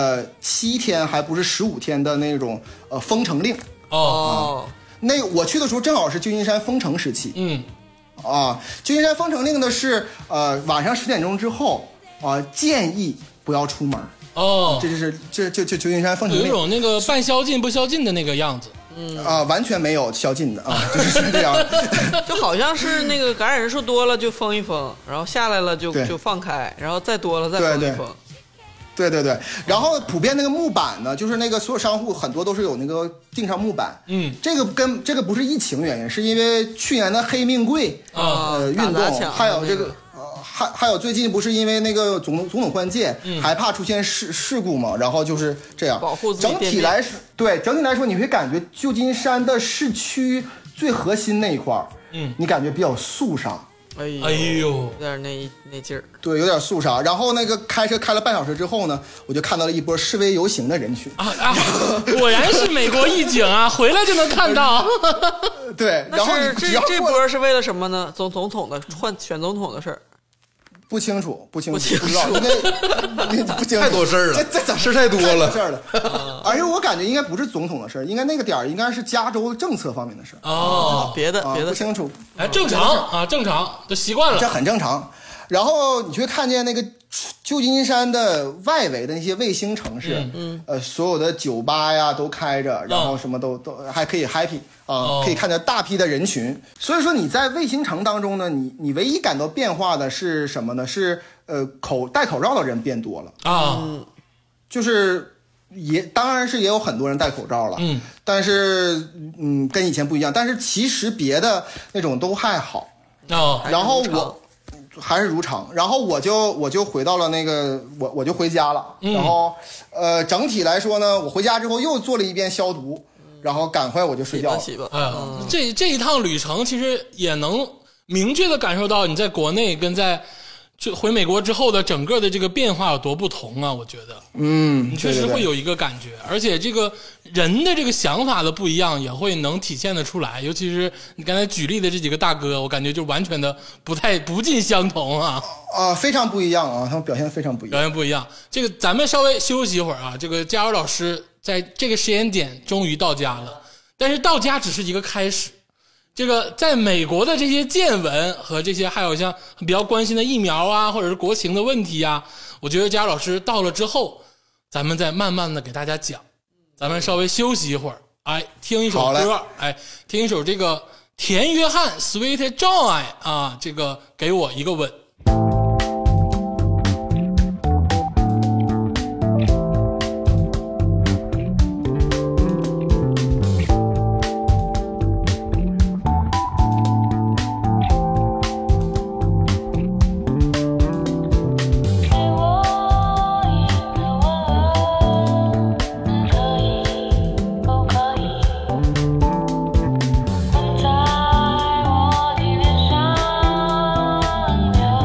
7天还不是15天的那种封城令那我去的时候正好是旧金山封城时期，旧金山封城令的是晚上10点钟之后建议不要出门这就是这旧金山封城令， 有一种那个半宵禁不宵禁的那个样子。 完全没有宵禁的啊，就是这样， 就好像是那个感染人数多了就封一封，然后下来了就放开，然后再多了再封一封。 对，然后普遍那个木板呢，就是那个所有商户很多都是有那个钉上木板，这个不是疫情原因，是因为去年的黑命贵运动，还有这个。还有最近不是因为那个总统换届，害怕出现事故嘛，然后就是这样。 保护自己整体来说，你会感觉旧金山的市区最核心那一块你感觉比较肃杀。 哎呦，有点那劲儿。 对，有点肃杀。然后那个开车开了半小时之后呢，我就看到了一波示威游行的人群果然是美国一景啊，回来就能看到。 对，然后这波是为了什么呢？总统的选总统的事儿。 不清楚，不知道，因为不清楚， 太多事儿了， 这事太多了， 事儿了。而且我感觉应该不是总统的事儿，应该那个点儿应该是加州政策方面的事儿。别的不清楚。 正常，正常，都习惯了， 这很正常。然后你会看见那个旧金山的外围的那些卫星城市，所有的酒吧呀都开着，然后什么都还可以 happy 可以看见大批的人群。所以说你在卫星城当中呢，你唯一感到变化的是什么呢？是戴口罩的人变多了就是当然是也有很多人戴口罩了，但是跟以前不一样。但是其实别的那种都还好然后我。还是如常，然后我就回到了那个我就回家了，然后整体来说呢，我回家之后又做了一遍消毒，然后赶快我就睡觉了。 这一趟旅程其实也能明确的感受到你在国内跟在就回美国之后的整个的这个变化有多不同啊！我觉得，你确实会有一个感觉，而且这个人的这个想法的不一样，也会能体现得出来。尤其是你刚才举例的这几个大哥，我感觉就完全的不尽相同啊！ 非常不一样啊，他们表现非常不一样。这个咱们稍微休息一会儿啊，这个加油老师在这个时间点终于到家了，但是到家只是一个开始。这个在美国的这些见闻和这些还有像比较关心的疫苗啊，或者是国情的问题啊，我觉得佳老师到了之后，咱们再慢慢的给大家讲。咱们稍微休息一会儿，听一首歌，听一首这个田约翰 Sweet Joy 啊，这个给我一个吻。 在我的脸上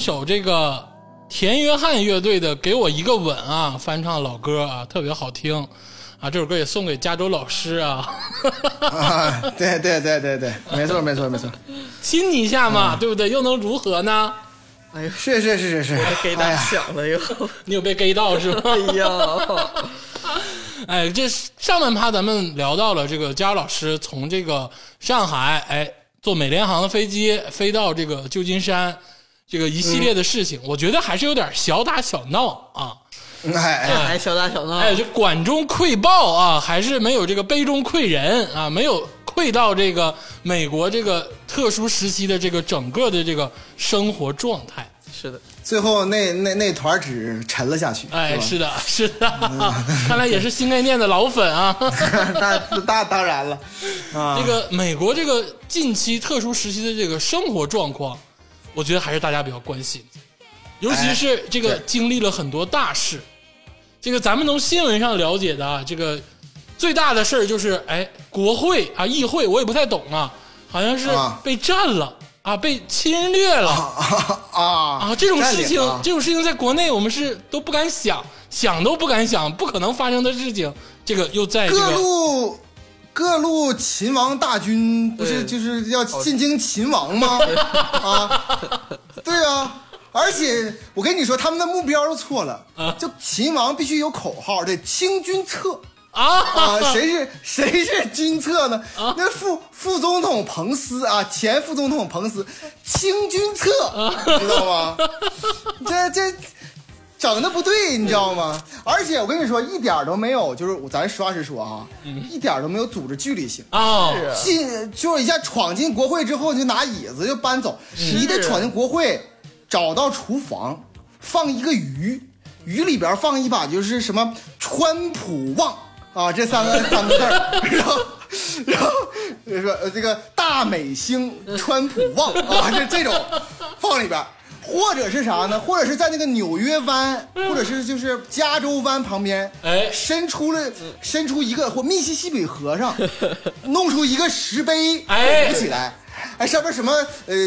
首这个田约翰乐队的《给我一个吻》啊，翻唱老歌啊，特别好听啊。这首歌也送给加州老师啊。 啊，对，没错， 亲你一下嘛，对不对？又能如何呢？ 哎呦， 是， 我给打响了又， 你有被 gay 到是吧？ 哎呀， 哎，这上半趴咱们聊到了这个佳老师从这个上海坐美联航的飞机飞到这个旧金山，这个一系列的事情，我觉得还是有点小打小闹啊。 还小打小闹， 就管中窥豹啊，还是没有这个杯中窥人啊，没有窥到这个美国这个特殊时期的这个整个的这个生活状态。 是的， 最后那团纸沉了下去。 是的，看来也是新概念的老粉啊。 当然了啊， 这个美国这个近期特殊时期的这个生活状况，我觉得还是大家比较关心，尤其是这个经历了很多大事。这个咱们从新闻上了解的啊，这个最大的事儿就是国会啊议会，我也不太懂啊，好像是被占了啊，被侵略了啊，这种事情在国内我们是都不敢想都不敢想，不可能发生的事情，这个又在这个各路秦王大军不是就是要进京秦王吗？啊，对啊。而且我跟你说，他们的目标都错了就秦王必须有口号，得清君侧谁是君侧呢？那副总统彭斯啊，前副总统彭斯清君侧，知道吗？这整的不对，你知道吗？而且我跟你说，一点都没有，就是咱实话实说啊，一点都没有组织纪律性啊。 就是一下闯进国会之后就拿椅子就搬走，你得闯进国会。找到厨房，放一个鱼里边放一把就是什么川普旺啊，这三个字，然后说这个大美星川普旺啊，这种放里边，或者是啥呢？或者是在那个纽约湾，或者是就是加州湾旁边，伸出一个或密西西比河上，弄出一个石碑鼓起来。上面什么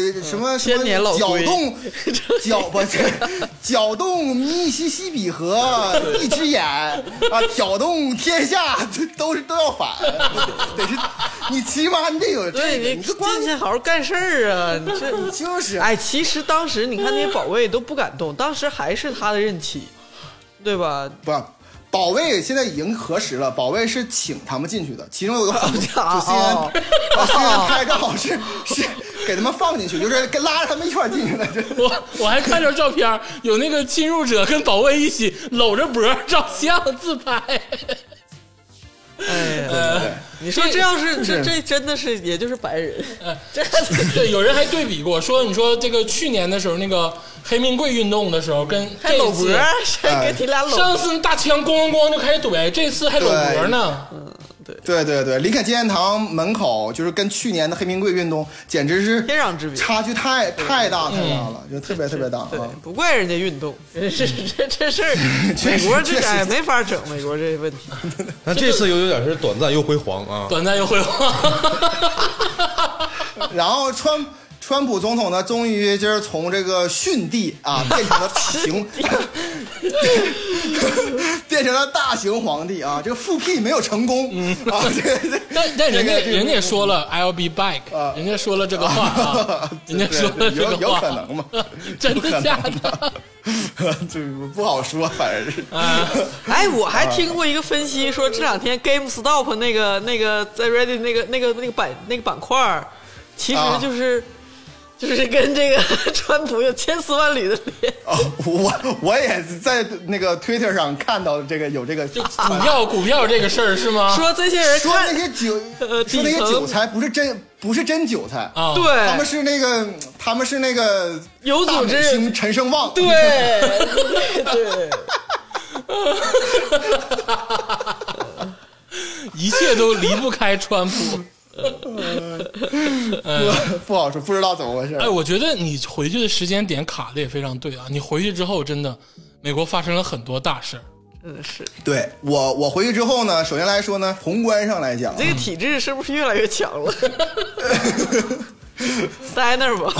搅动密西西比河一只眼啊，挑动天下都要反，得是你起码你得有这个， 你进去好好干事儿啊！你就是其实当时你看那些保卫都不敢动，当时还是他的任期，对吧？ 不。保卫现在已经核实了，保卫是请他们进去的，其中有个很就 CNN 拍照是给他们放进去，就是拉着他们一块进去的。 我还看着照片，有那个侵入者跟保卫一起搂着脖照相自拍。 你说这要是这真的是也就是白人， 对，有人还对比过，说你说这个去年的时候那个黑命贵运动的时候跟还搂脖，跟你俩搂， 上次大枪咣咣咣就开始怼，这次还搂脖呢。 对，林肯纪念堂门口就是跟去年的黑命贵运动简直是天壤之别， 差距太大了，就特别大。 对，不怪人家运动，这事儿，美国这没法整，美国这问题。 那这次有点是短暂又辉煌啊， 短暂又辉煌。 然后川普总统呢，终于就是从这个逊帝啊变成了变成了大型皇帝啊！这个复辟没有成功啊！ 但人家也说了 I'll be back，人家说了这个话啊，人家说了这个话， 有可能吗？ 真的假的？ 这不好说，反正是。 我还听过一个分析说，这两天 GameStop 那个在 Reddit 那个板块，其实就是跟这个川普有千丝万缕的联系。 我也在那个 Twitter 上看到这个有这个股票这个事儿是吗？ 说这些人说那些韭菜不是真韭菜啊，对， 他们是那个有组织陈胜旺， 对。 一切都离不开川普。 不好说，不知道怎么回事。 我觉得你回去的时间点卡的也非常对啊！你回去之后，真的美国发生了很多大事。 是。 对我回去之后呢，首先来说呢，宏观上来讲， 这个体制是不是越来越强了？ 待那儿吧。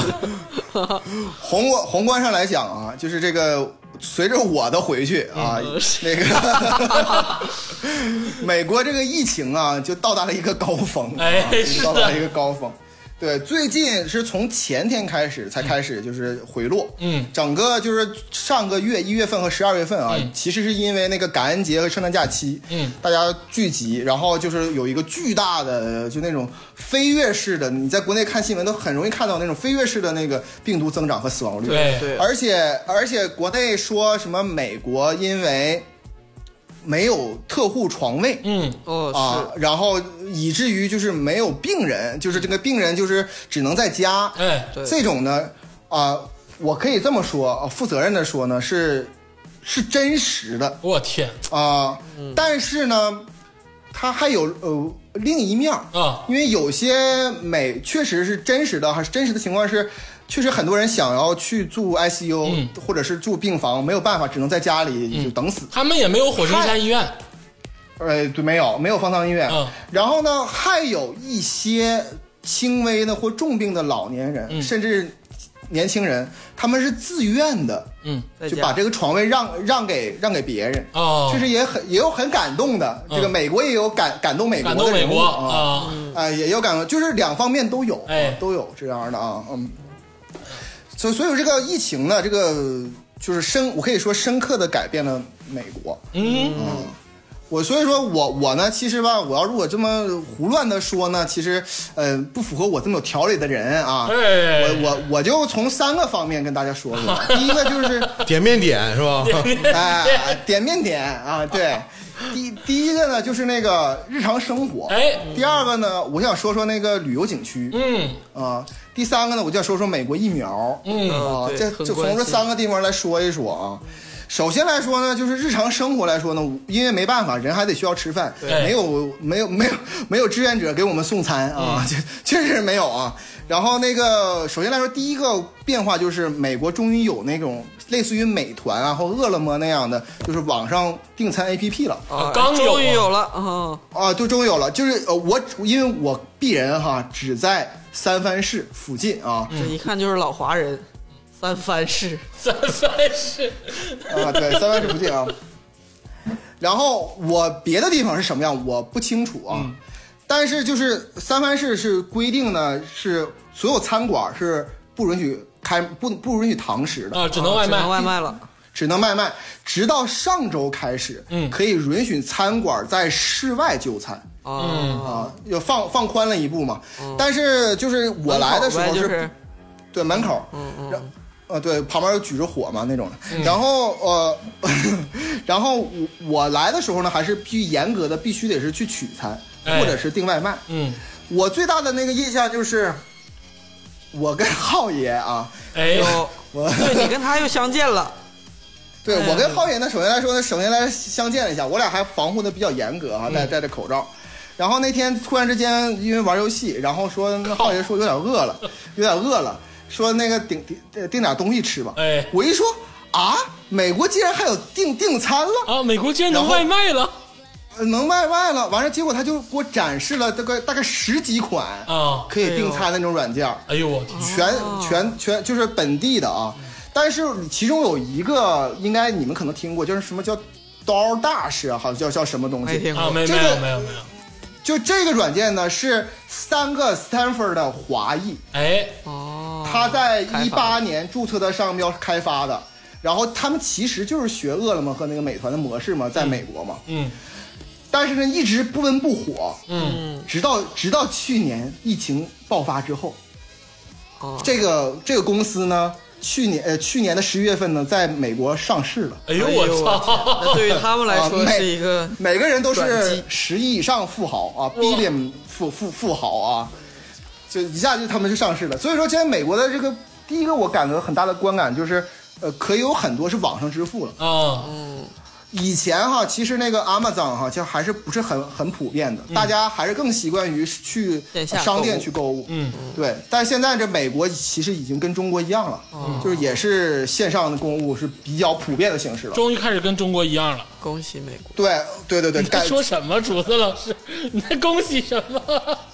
宏观上来讲啊，就是这个随着我的回去啊，那个美国这个疫情啊，就到达了一个高峰，到达了一个高峰。对，最近是从前天开始才开始就是回落，整个就是上个月1月份和12月份啊，其实是因为那个感恩节和圣诞假期，大家聚集，然后就是有一个巨大的就那种飞跃式的，你在国内看新闻都很容易看到那种飞跃式的那个病毒增长和死亡率， 对， 而且国内说什么美国因为没有特护床位，然后以至于就是没有病人，就是这个病人就是只能在家，这种呢，我可以这么说，负责任的说呢，是真实的。 我天但是呢，它还有另一面啊，因为有些确实是真实的，还是真实的情况是。确实很多人想要去住 ICU，或者是住病房，没有办法，只能在家里就等死。 他们也没有火神山医院， 对，没有方舱医院。然后呢，还有一些轻微的或重病的老年人，甚至年轻人，他们是自愿的，就把这个床位让给别人。确实也有很感动的。这个美国也有感动美国的人物也有感动，就是两方面都有，都有这样的啊，所以这个疫情呢，这个就是我可以说深刻的改变了美国。所以说我呢，其实吧，我要如果这么胡乱的说呢，其实不符合我这么有条理的人啊。我就从3个方面跟大家说说。第一个就是点面点是吧？ 点面点啊，对。第一个呢就是那个日常生活，第二个呢我想说说那个旅游景区，第三个呢我就想说说美国疫苗，就从这3个地方来说一说啊。首先来说呢，就是日常生活来说呢，因为没办法，人还得需要吃饭，没有志愿者给我们送餐啊，确实没有啊。然后那个首先来说，第一个变化就是美国终于有那种类似于美团啊或饿了么那样的，就是网上订餐 APP 了终于有了就终于有了。就是因为我鄙人哈只在三藩市附近啊， 这一看就是老华人。三藩市对，三藩市附近啊。然后我别的地方是什么样我不清楚啊，但是就是三藩市是规定呢，是所有餐馆是不允许不允许堂食的只能外卖了， 只能外卖。直到上周开始，可以允许餐馆在室外就餐。又放宽了一步嘛。但是就是我来的时候是，对，门口，对，旁边举着火嘛那种的。然后然后我来的时候呢，还是严格的，必须得是去取餐或者是订外卖。我最大的那个印象就是我跟浩爷啊， 对，你跟他又相见了。 对，我跟浩爷呢，首先来相见了一下，我俩还防护的比较严格啊，戴着口罩。然后那天突然之间因为玩游戏，然后说浩爷说有点饿了，说那个订点东西吃吧。我一说美国竟然还有订餐了美国竟然能外卖了， 能外卖了。完了，结果他就给我展示了大概10几款可以订餐的那种软件。 哎呦我天，全就是本地的啊。但是其中有一个应该你们可能听过，就是什么叫 DoorDash 啊，好像叫什么东西没有。 就这个软件呢，是3个 Stanford 的华裔，他在18年注册的商标开发的。然后他们其实就是学饿了么和那个美团的模式嘛，在美国嘛。但是呢，一直不温不火。直到去年疫情爆发之后，这个公司呢，去年的11月份呢，在美国上市了。 哎呦我操！ 那对于他们来说是一个每个人都是10亿以上富豪啊，billion 富豪啊，就一下就他们就上市了。所以说，现在美国的这个第一个我感觉很大的观感就是，可以有很多是网上支付了。以前哈，其实那个 Amazon 哈，其实还是不是很普遍的，大家还是更习惯于去商店去购物。对。但是现在这美国其实已经跟中国一样了，就是也是线上的购物是比较普遍的形式了。 终于开始跟中国一样了， 恭喜美国。 对。 你在说什么，竹子老师？你在恭喜什么？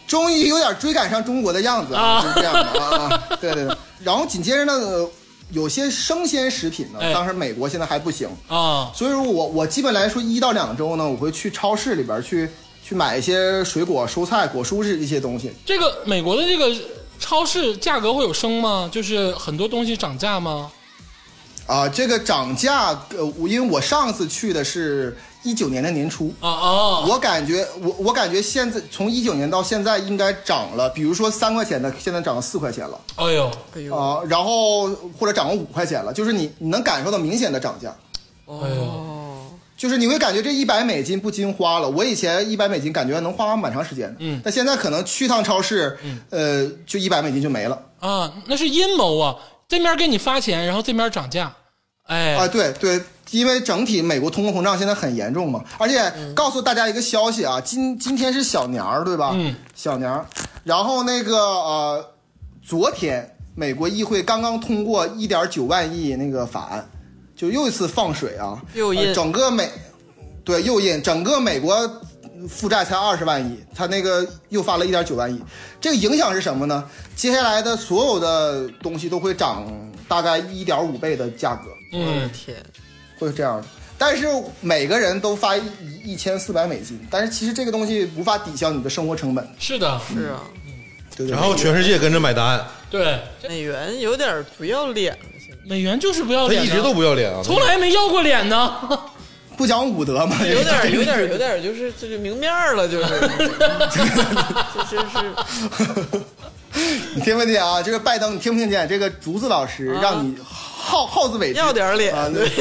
终于有点追赶上中国的样子啊，就是这样的啊。对对对。然后紧接着呢，有些生鲜食品呢，当时美国现在还不行啊，所以说我基本来说1到2周呢，我会去超市里边去买一些水果、蔬菜、果蔬这些东西。 这个美国的这个超市价格会有升吗？就是很多东西涨价吗？ 这个涨价，因为我上次去的是19年的年初我感觉现在从19年到现在应该涨了，比如说3块钱的，现在涨了4块钱了。 哎呦， 然后或者涨了5块钱了，就是你能感受到明显的涨价。 哎呦， 就是你会感觉这100美金不禁花了。我以前100美金感觉能花蛮长时间的，但现在可能去趟超市，就100美金就没了啊，那是阴谋啊！这边给你发钱，然后这边涨价， 对对，因为整体美国通货膨胀现在很严重嘛，而且告诉大家一个消息啊，今天是小年儿，对吧？小年儿，然后那个昨天美国议会刚刚通过1.9万亿那个法案，就又一次放水啊， 又印整个整个美国负债才20万亿，他那个又发了1.9万亿，这个影响是什么呢？接下来的所有的东西都会涨大概1.5倍的价格。 我的天， 会这样的。但是每个人都发1400美金，但是其实这个东西无法抵消你的生活成本。 是的， 是啊， 对。 然后全世界跟着买单。 对， 美元有点不要脸了， 美元就是不要脸， 他一直都不要脸啊， 从来没要过脸呢。 不讲武德嘛， 有点就是这个明面了，就是这真是。 你听没听啊？这个拜登，你听不听见？这个竹子老师让你好自为之， 要点脸啊！对。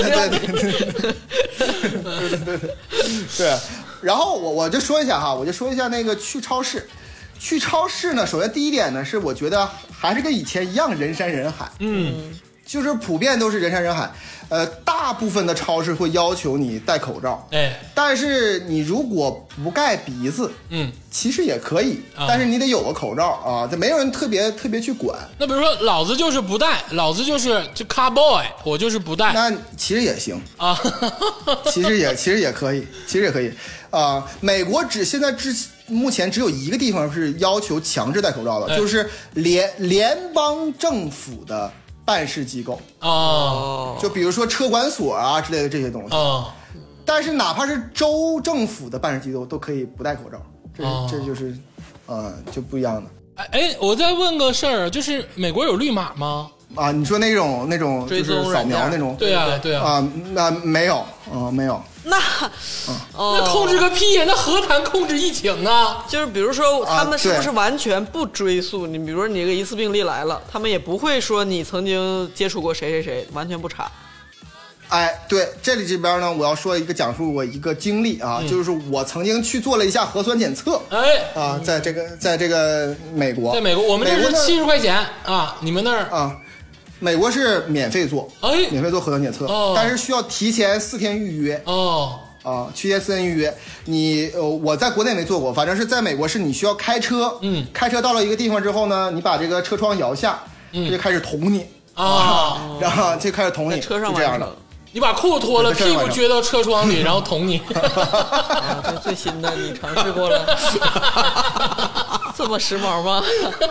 然后我就说一下哈，那个去超市。去超市呢，首先第一点呢，是我觉得还是跟以前一样人山人海，就是普遍都是人山人海。大部分的超市会要求你戴口罩，但是你如果不盖鼻子，其实也可以，但是你得有个口罩啊，这没有人特别去管。 那比如说老子就是不戴，老子就 car boy， 我就是不戴， 那其实也行啊，其实也可以啊。美国目前只有一个地方是要求强制戴口罩的，就是联邦政府的办事机构就比如说车管所啊之类的这些东西但是哪怕是州政府的办事机构都可以不戴口罩，这就是就不一样的。 我再问个事儿，就是美国有绿码吗？ 你说那种就是扫描那种？ 对啊那没有没有。 那控制个屁呀！那何谈控制疫情啊？ 就是比如说他们是不是完全不追溯？你比如说你一个疑似病例来了，他们也不会说你曾经接触过谁，完全不查。 对，这边呢，我要讲述我一个经历啊，就是我曾经去做了一下核酸检测，在这个美国， 我们这是70块钱啊，你们那儿啊，美国是免费做核酸检测，但是需要提前4天预约提前4天预约。我在国内没做过，反正是在美国是你需要开车，开车到了一个地方之后呢，你把这个车窗摇下，就开始捅你然后就开始捅你， 车上这样的。 你把裤子脱了，屁股撅到车窗里，然后捅你。 这最新的你尝试过了？这么时髦吗？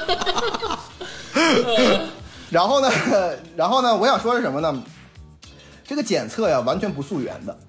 然后呢，我想说是什么呢？这个检测呀，完全不溯源的。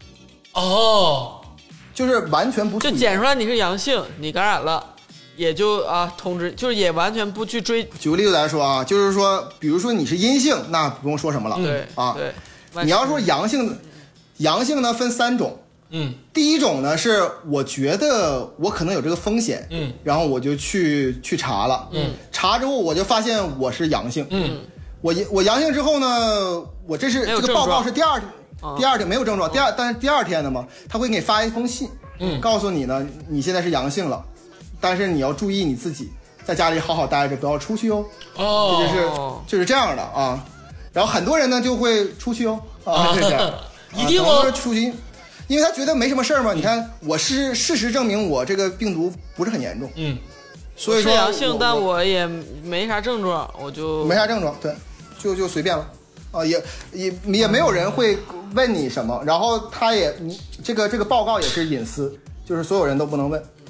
就是完全不溯源， 就检出来你是阳性，你感染了，也就通知，就是也完全不去追。 举个例子来说啊，就是说，比如说你是阴性，那不用说什么了， 对。 你要说阳性呢分3种，第一种呢是我觉得我可能有这个风险，然后我就去查了，查之后我就发现我是阳性，我阳性之后呢，我这个报告是第二天没有症状，但是第二天的嘛，他会给你发一封信，告诉你呢你现在是阳性了，但是你要注意你自己，在家里好好待着，不要出去就是这样的啊。然后很多人呢就会出去是这样， 一定出去，因为他觉得没什么事儿嘛。你看，我事实证明我这个病毒不是很严重，所以说是阳性，但我也没啥症状，我就没啥症状，对，就随便了也没有人会问你什么，然后他也这个报告也是隐私，就是所有人都不能问。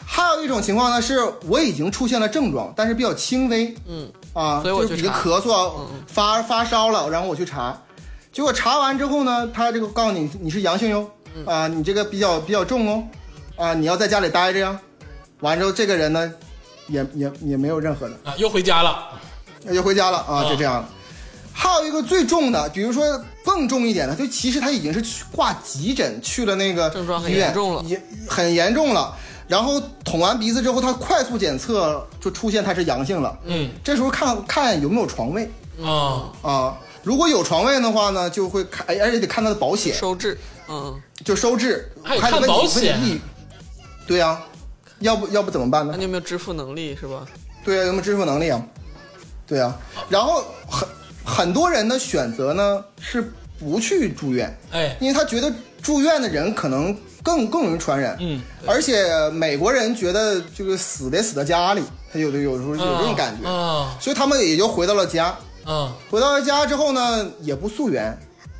还有一种情况呢，是我已经出现了症状，但是比较轻微，就是比如咳嗽、发烧了，然后我去查，结果查完之后呢，他这个告诉你是阳性哟，你这个比较重哦，你要在家里待着呀。完之后，这个人呢，也没有任何的又回家了， 就这样了。还有一个最重的，比如说更重一点的，就其实他已经是挂急诊去了那个症状很严重了， 很严重了。然后捅完鼻子之后，他快速检测就出现他是阳性了。这时候看有没有床位如果有床位的话呢，就会看，而且得看他的保险收治， 就收治， 还看保险。 对呀，要不怎么办呢？ 那你有没有支付能力是吧？ 对呀，有没有支付能力啊？对呀，然后很多人的选择呢是不去住院，因为他觉得住院的人可能更容易传染，而且美国人觉得这个死得死在家里，他有时候有这种感觉，所以他们也就回到了家，回到了家之后呢，也不溯源，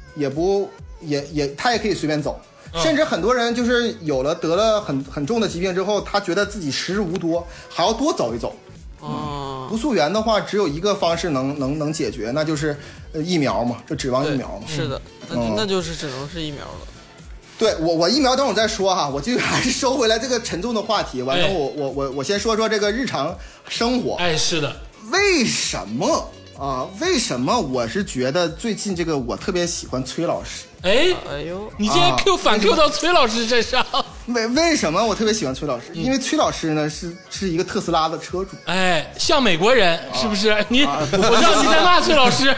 他也可以随便走，甚至很多人就是得了很重的疾病之后，他觉得自己时日无多，还要多走一走。不溯源的话，只有一个方式能解决，那就是疫苗嘛，就指望疫苗嘛。 是的，那就是只能是疫苗了。 对，我疫苗等会儿再说哈，我就还是收回来这个沉重的话题。完了，我先说这个日常生活。 是的。 为什么我是觉得最近这个我特别喜欢崔老师？ 哎呦， 你现在反 Q 到崔老师身上。 为什么我特别喜欢崔老师？因为崔老师呢是一个特斯拉的车主。 像美国人是不是？我知道你在骂崔老师。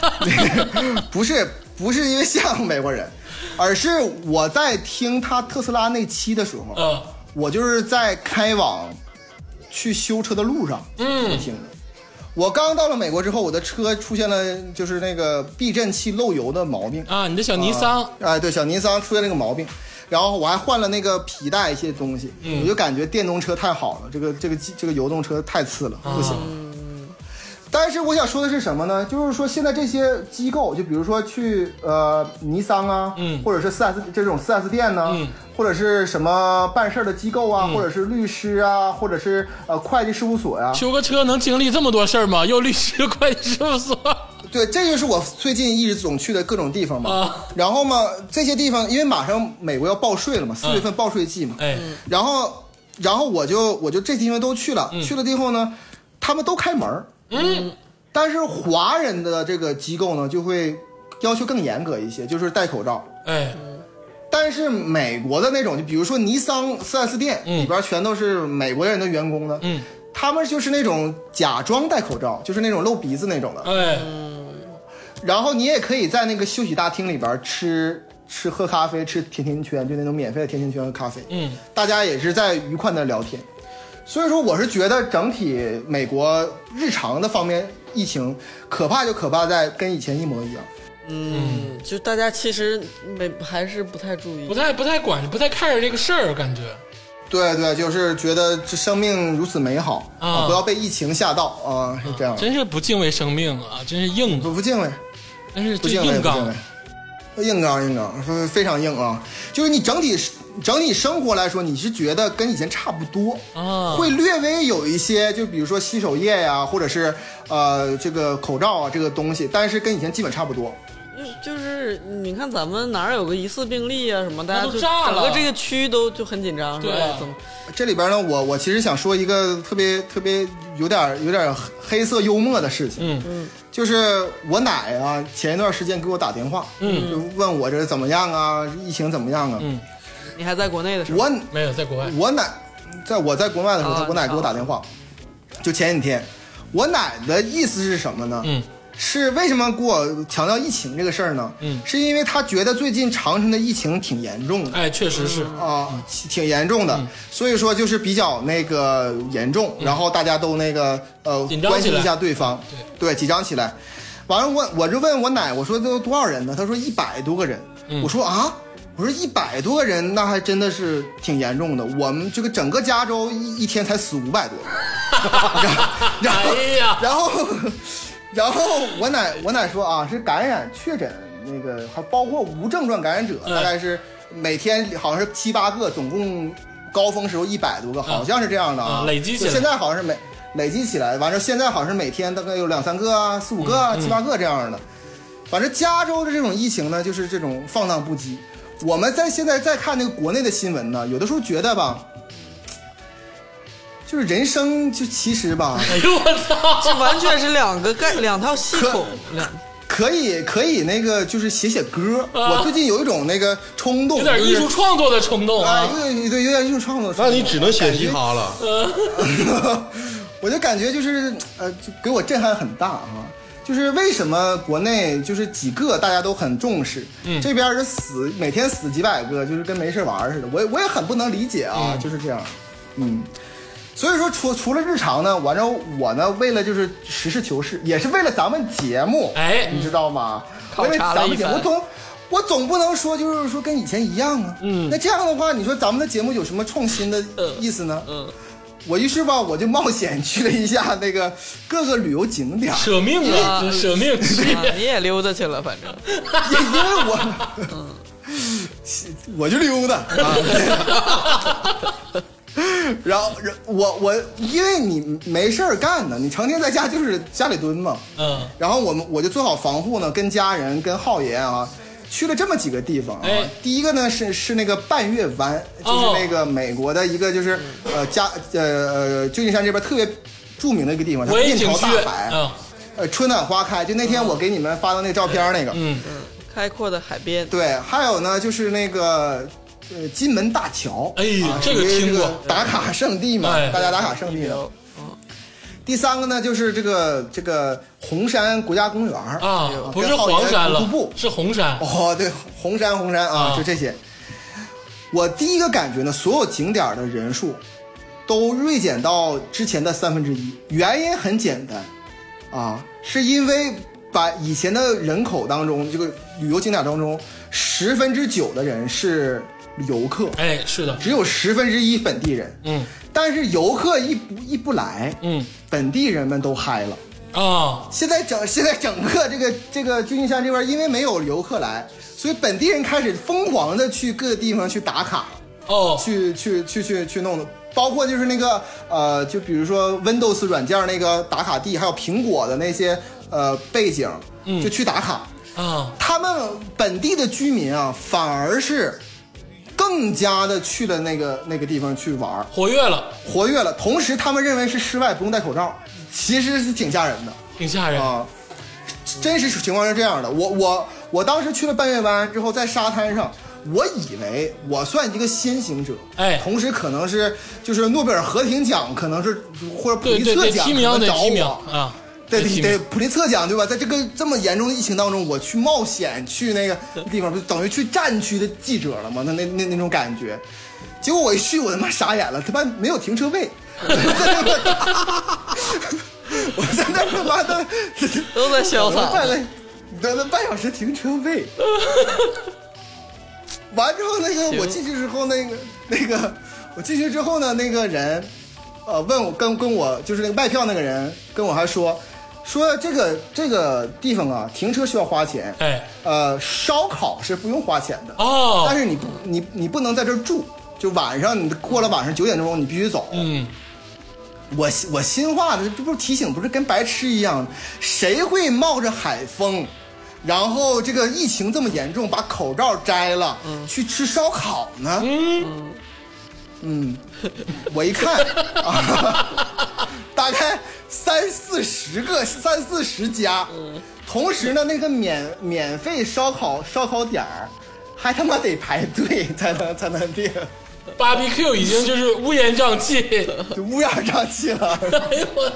不是因为像美国人，而是我在听他特斯拉那期的时候，我就是在开往去修车的路上听的。我刚到了美国之后，我的车出现了就是那个避震器漏油的毛病你的小尼桑对，小尼桑出现那个毛病，然后我还换了那个皮带一些东西，我就感觉电动车太好了，这个油动车太次了，不行。但是我想说的是什么呢？就是说现在这些机构，就比如说去尼桑啊，或者是这种 4S 店呢，或者是什么办事的机构啊，或者是律师啊，或者是会计事务所呀， 修个车能经历这么多事儿吗？又律师又会计事务所。 对，这就是我最近一直总去的各种地方嘛。然后嘛，这些地方因为马上美国要报税了嘛，4月份报税季嘛。然后我就这些地方都去了，去了之后呢，他们都开门。但是华人的这个机构呢，就会要求更严格一些，就是戴口罩。但是美国的那种，就比如说尼桑 4S 店里边全都是美国人的员工呢，他们就是那种假装戴口罩，就是那种露鼻子那种的。然后你也可以在那个休息大厅里边喝咖啡，吃甜甜圈，就那种免费的甜甜圈和咖啡。大家也是在愉快的聊天。所以说我是觉得整体美国日常的方面疫情可怕就可怕在跟以前一模一样。 就大家其实还是不太注意， 不太管，不太看着这个事儿，感觉。 对，就是觉得这生命如此美好不要被疫情吓到是这样。 真是不敬畏生命啊，真是硬， 不敬畏， 真是硬刚， 硬刚，非常硬啊！就是你整体生活来说，你是觉得跟以前差不多会略微有一些，就比如说洗手液呀，或者是这个口罩啊这个东西，但是跟以前基本差不多。 就是你看咱们哪有个疑似病例啊什么，大家就整个这个区都就很紧张， 对怎么？ 这里边呢，我其实想说一个特别有点黑色幽默的事情，就是我奶啊，前一段时间给我打电话，就问我这怎么样啊，疫情怎么样啊？ 你还在国内的时候？ 我没有在国外。 我奶在国外的时候，我奶给我打电话，就前几天，我奶的意思是什么呢？是为什么给我强调疫情这个事儿呢？是因为他觉得最近长春的疫情挺严重的， 确实是挺严重的，所以说就是比较那个严重，然后大家都那个关心一下对方，对，紧张起来。完了我就问我奶，我说都多少人呢？他说100多个人。我说100多个人，那还真的是挺严重的。我们这个整个加州一天才死500多人，然后我奶说是感染确诊那个还包括无症状感染者，大概是每天好像是7、8个，总共高峰时候100多个，好像是这样的啊， 累积起来。 现在好像是累积起来，完了现在好像是每天大概有2-3个啊，4、5个啊，7、8个这样的。反正加州的这种疫情呢，就是这种放荡不羁。我们现在再看那个国内的新闻呢，有的时候觉得吧，就是人生就其实吧， 哎呦我操， 这完全是两套系统， 可以那个就是写歌。我最近有一种那个冲动， 有点艺术创作的冲动啊， 对，有点艺术创作。 那你只能写嘻哈了。 我就感觉就是就给我震撼很大啊。就是为什么国内就是几个大家都很重视，这边是每天死几百个，就是跟没事玩似的。我也很不能理解啊，就是这样。所以说除了日常呢，完了我呢为了就是实事求是，也是为了咱们节目，你知道吗？ 考察了一番。 我总不能说就是说跟以前一样啊。那这样的话，你说咱们的节目有什么创新的意思呢？我于是吧，我就冒险去了一下那个各个旅游景点， 舍命啊，舍命你也溜达去了，反正因为我就溜达啊。然后我因为你没事儿干呢，你成天在家就是家里蹲嘛，然后我就做好防护呢，跟家人跟浩爷啊。去了这么几个地方啊，第一个呢是那个半月湾，就是那个美国的一个就是旧金山这边特别著名的一个地方，它面朝大海，春暖花开。就那天我给你们发的那个照片那个， 开阔的海边。 对，还有呢就是那个金门大桥， 这个听过， 打卡圣地嘛，大家打卡圣地的。第三个呢，就是这个红山国家公园啊，不是黄山了，是红山。 哦，对，红山啊，就这些。我第一个感觉呢，所有景点的人数都锐减到之前的1/3，原因很简单啊，是因为把以前的人口当中，这个旅游景点当中9%的人是游客， 是的， 只有1/10本地人，但是游客一不来，本地人们都嗨了啊！现在整个这个旧金山这边，因为没有游客来，所以本地人开始疯狂的去各个地方去打卡，去弄的，包括就是那个就比如说 Windows 软件那个打卡地，还有苹果的那些背景，就去打卡啊。他们本地的居民啊，反而是更加的去了那个地方去玩，活跃了。同时，他们认为是室外不用戴口罩，其实是挺吓人的，啊！真实情况是这样的。我当时去了半月湾之后，在沙滩上，我以为我算一个先行者，同时可能是就是诺贝尔和平奖，可能是或者普利策奖可能找我啊。对，普利策奖对吧？在这么严重的疫情当中，我去冒险去那个地方，不等于去战区的记者了吗？那种感觉。结果我一去，我他妈傻眼了，他妈没有停车位。我在那他妈的都在潇洒， 等了半小时停车位。完之后我进去之后我进去之后呢，那个人问我跟我就是那个卖票那个人跟我还说这个地方啊，停车需要花钱，烧烤是不用花钱的哦，但是你不能在这儿住，就晚上你过了晚上9点钟你必须走。我心话的，这不是提醒，不是跟白痴一样，谁会冒着海风，然后这个疫情这么严重，把口罩摘了，去吃烧烤呢？我一看大概30-40家，同时呢，那个免费烧烤点儿还他妈得排队才能订。 BBQ 已经就是乌烟瘴气， 就乌烟瘴气了。哎呦我！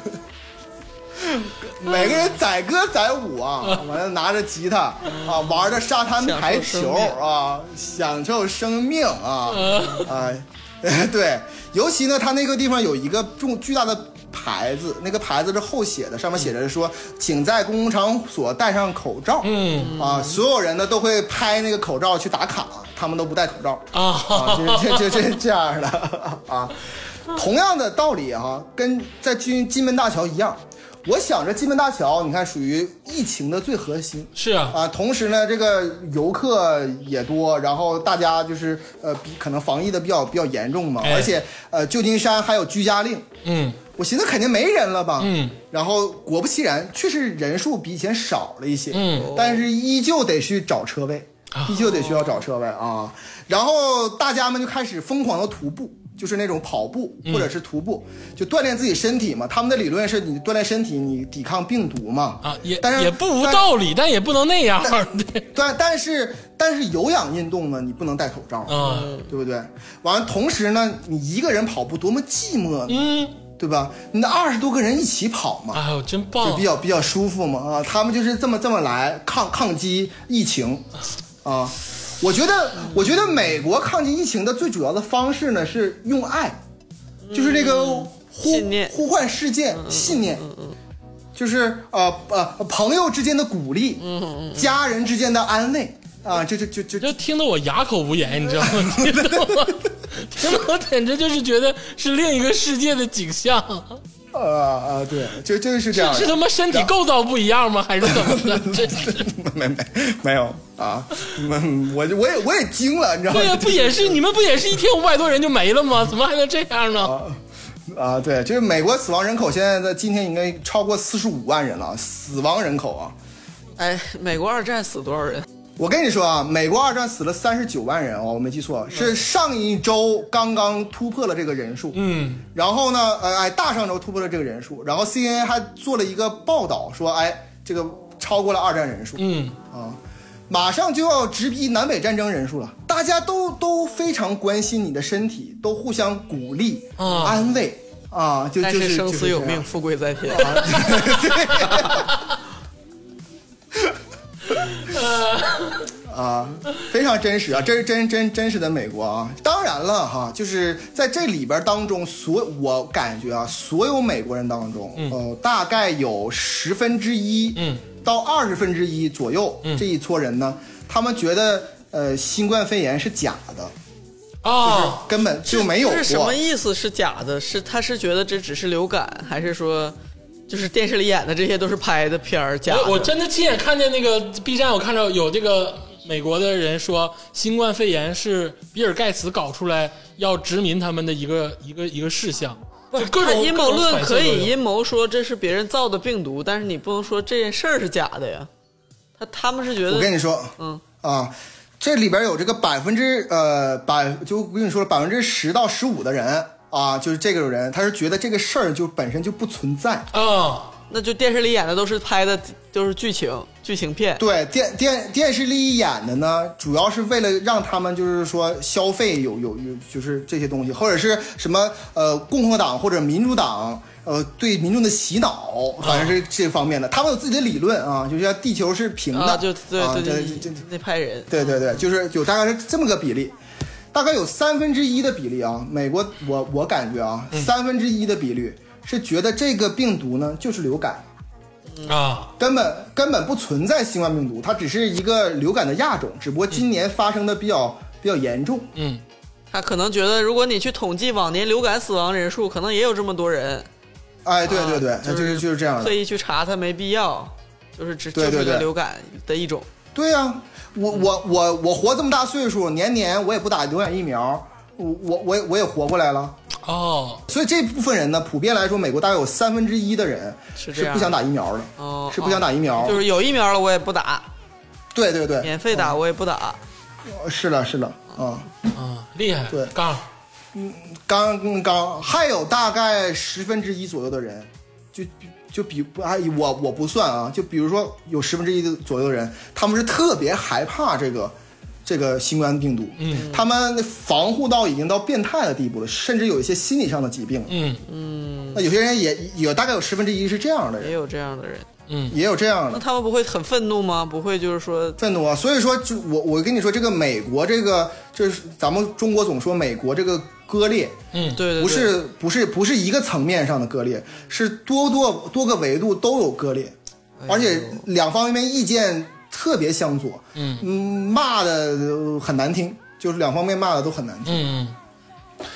每个人载歌载舞啊，完了拿着吉他啊，玩着沙滩排球啊，享受生命啊对，尤其呢，他那个地方有一个巨大的牌子，那个牌子是厚写的，上面写着说，请在公共场所戴上口罩。所有人呢都会拍那个口罩去打卡，他们都不戴口罩这样的啊。同样的道理啊，跟在金门大桥一样， 我想着金门大桥，你看属于疫情的最核心， 是啊， 同时呢，这个游客也多，然后大家就是可能防疫的比较严重嘛，而且旧金山还有居家令，我寻思肯定没人了吧，然后果不其然，确实人数比以前少了一些，但是依旧得去找车位，需要找车位啊，然后大家们就开始疯狂的徒步。就是那种跑步或者是徒步，就锻炼自己身体嘛。他们的理论是你锻炼身体，你抵抗病毒嘛。 但是也不无道理，但也不能那样。 但是有氧运动呢，你不能戴口罩，对不对？完了，同时呢，你一个人跑步多么寂寞呢，对吧？你那20多个人一起跑嘛， 哎呦，真棒， 就比较舒服嘛啊。他们就是这么来抗击疫情啊。我觉得美国抗击疫情的最主要的方式呢是用爱，就是这个呼唤事件信念，就是朋友之间的鼓励，家人之间的安慰啊，就听得我哑口无言，你知道吗？听得我简直就是觉得是另一个世界的景象。 对，就是这样。 是他妈身体构造不一样吗？还是怎么的？这没有啊！我也惊了，你知道吗？ 对呀，你们不也是一天500多人就没了吗？怎么还能这样呢？ 对，就是美国死亡人口现在今天应该超过45万人了，死亡人口啊！ 哎，美国二战死多少人？ 我跟你说啊，美国二战死了39万人哦，我没记错，是上一周刚刚突破了这个人数。然后呢，大上周突破了这个人数，然后 CNN 还做了一个报道说，这个超过了二战人数。马上就要直逼南北战争人数了，大家都非常关心你的身体，都互相鼓励、安慰啊， 但是生死有命，富贵在天。 非常真实啊，这是真实的美国啊。当然了哈，就是在这里边当中，我感觉啊，所有美国人当中，大概有1/10到1/20左右，这一撮人呢，他们觉得新冠肺炎是假的。就是根本就没有过。 是什么意思？是假的？他是觉得这只是流感，还是说？就是电视里演的这些都是拍的片儿假的。我真的亲眼看见那个 B 站，我看到有这个美国的人说，新冠肺炎是比尔盖茨搞出来要殖民他们的一个事项。就各种阴谋论可以阴谋说这是别人造的病毒，但是你不能说这件事儿是假的呀。他们是觉得， 我跟你说，这里边有这个就我跟你说10%到15%的人。就是这个人，他是觉得这个事儿就本身就不存在那就电视里演的都是拍的，都是剧情片。 对，电视里演的呢，主要是为了让他们就是说消费有就是这些东西，或者是什么共和党或者民主党对民众的洗脑，反正是这方面的，他们有自己的理论啊，就像地球是平的， 就那派人， 对，就大概是这么个比例。大概有1/3的比例啊，美国我感觉啊，1/3的比率是觉得这个病毒呢就是流感根本不存在新冠病毒，它只是一个流感的亚种，只不过今年发生的比较严重。 他可能觉得如果你去统计往年流感死亡人数，可能也有这么多人。 对，就是这样的。 特意去查它没必要，就是个流感的一种。 对呀。我活这么大岁数，年我也不打流感疫苗，我也活过来了所以这部分人呢，普遍来说，美国大概有1/3的人是不想打疫苗的是不想打疫苗， 就是有疫苗了我也不打， 对， 免费打我也不打， 是的厉害， 对，刚还有大概1/10左右的人就比我不算啊，就比如说有1/10左右的人，他们是特别害怕这个新冠病毒，他们防护到已经到变态的地步了，甚至有一些心理上的疾病，那有些人也大概有1/10是这样的人， 也有这样的人， 也有这样的。 那他们不会很愤怒吗？不会就是说愤怒啊？所以说我跟你说，这个美国就是咱们中国总说美国这个割裂， 对， 不是一个层面上的割裂，是多个维度都有割裂，而且两方面意见特别相左，骂的很难听，就是两方面骂的都很难听。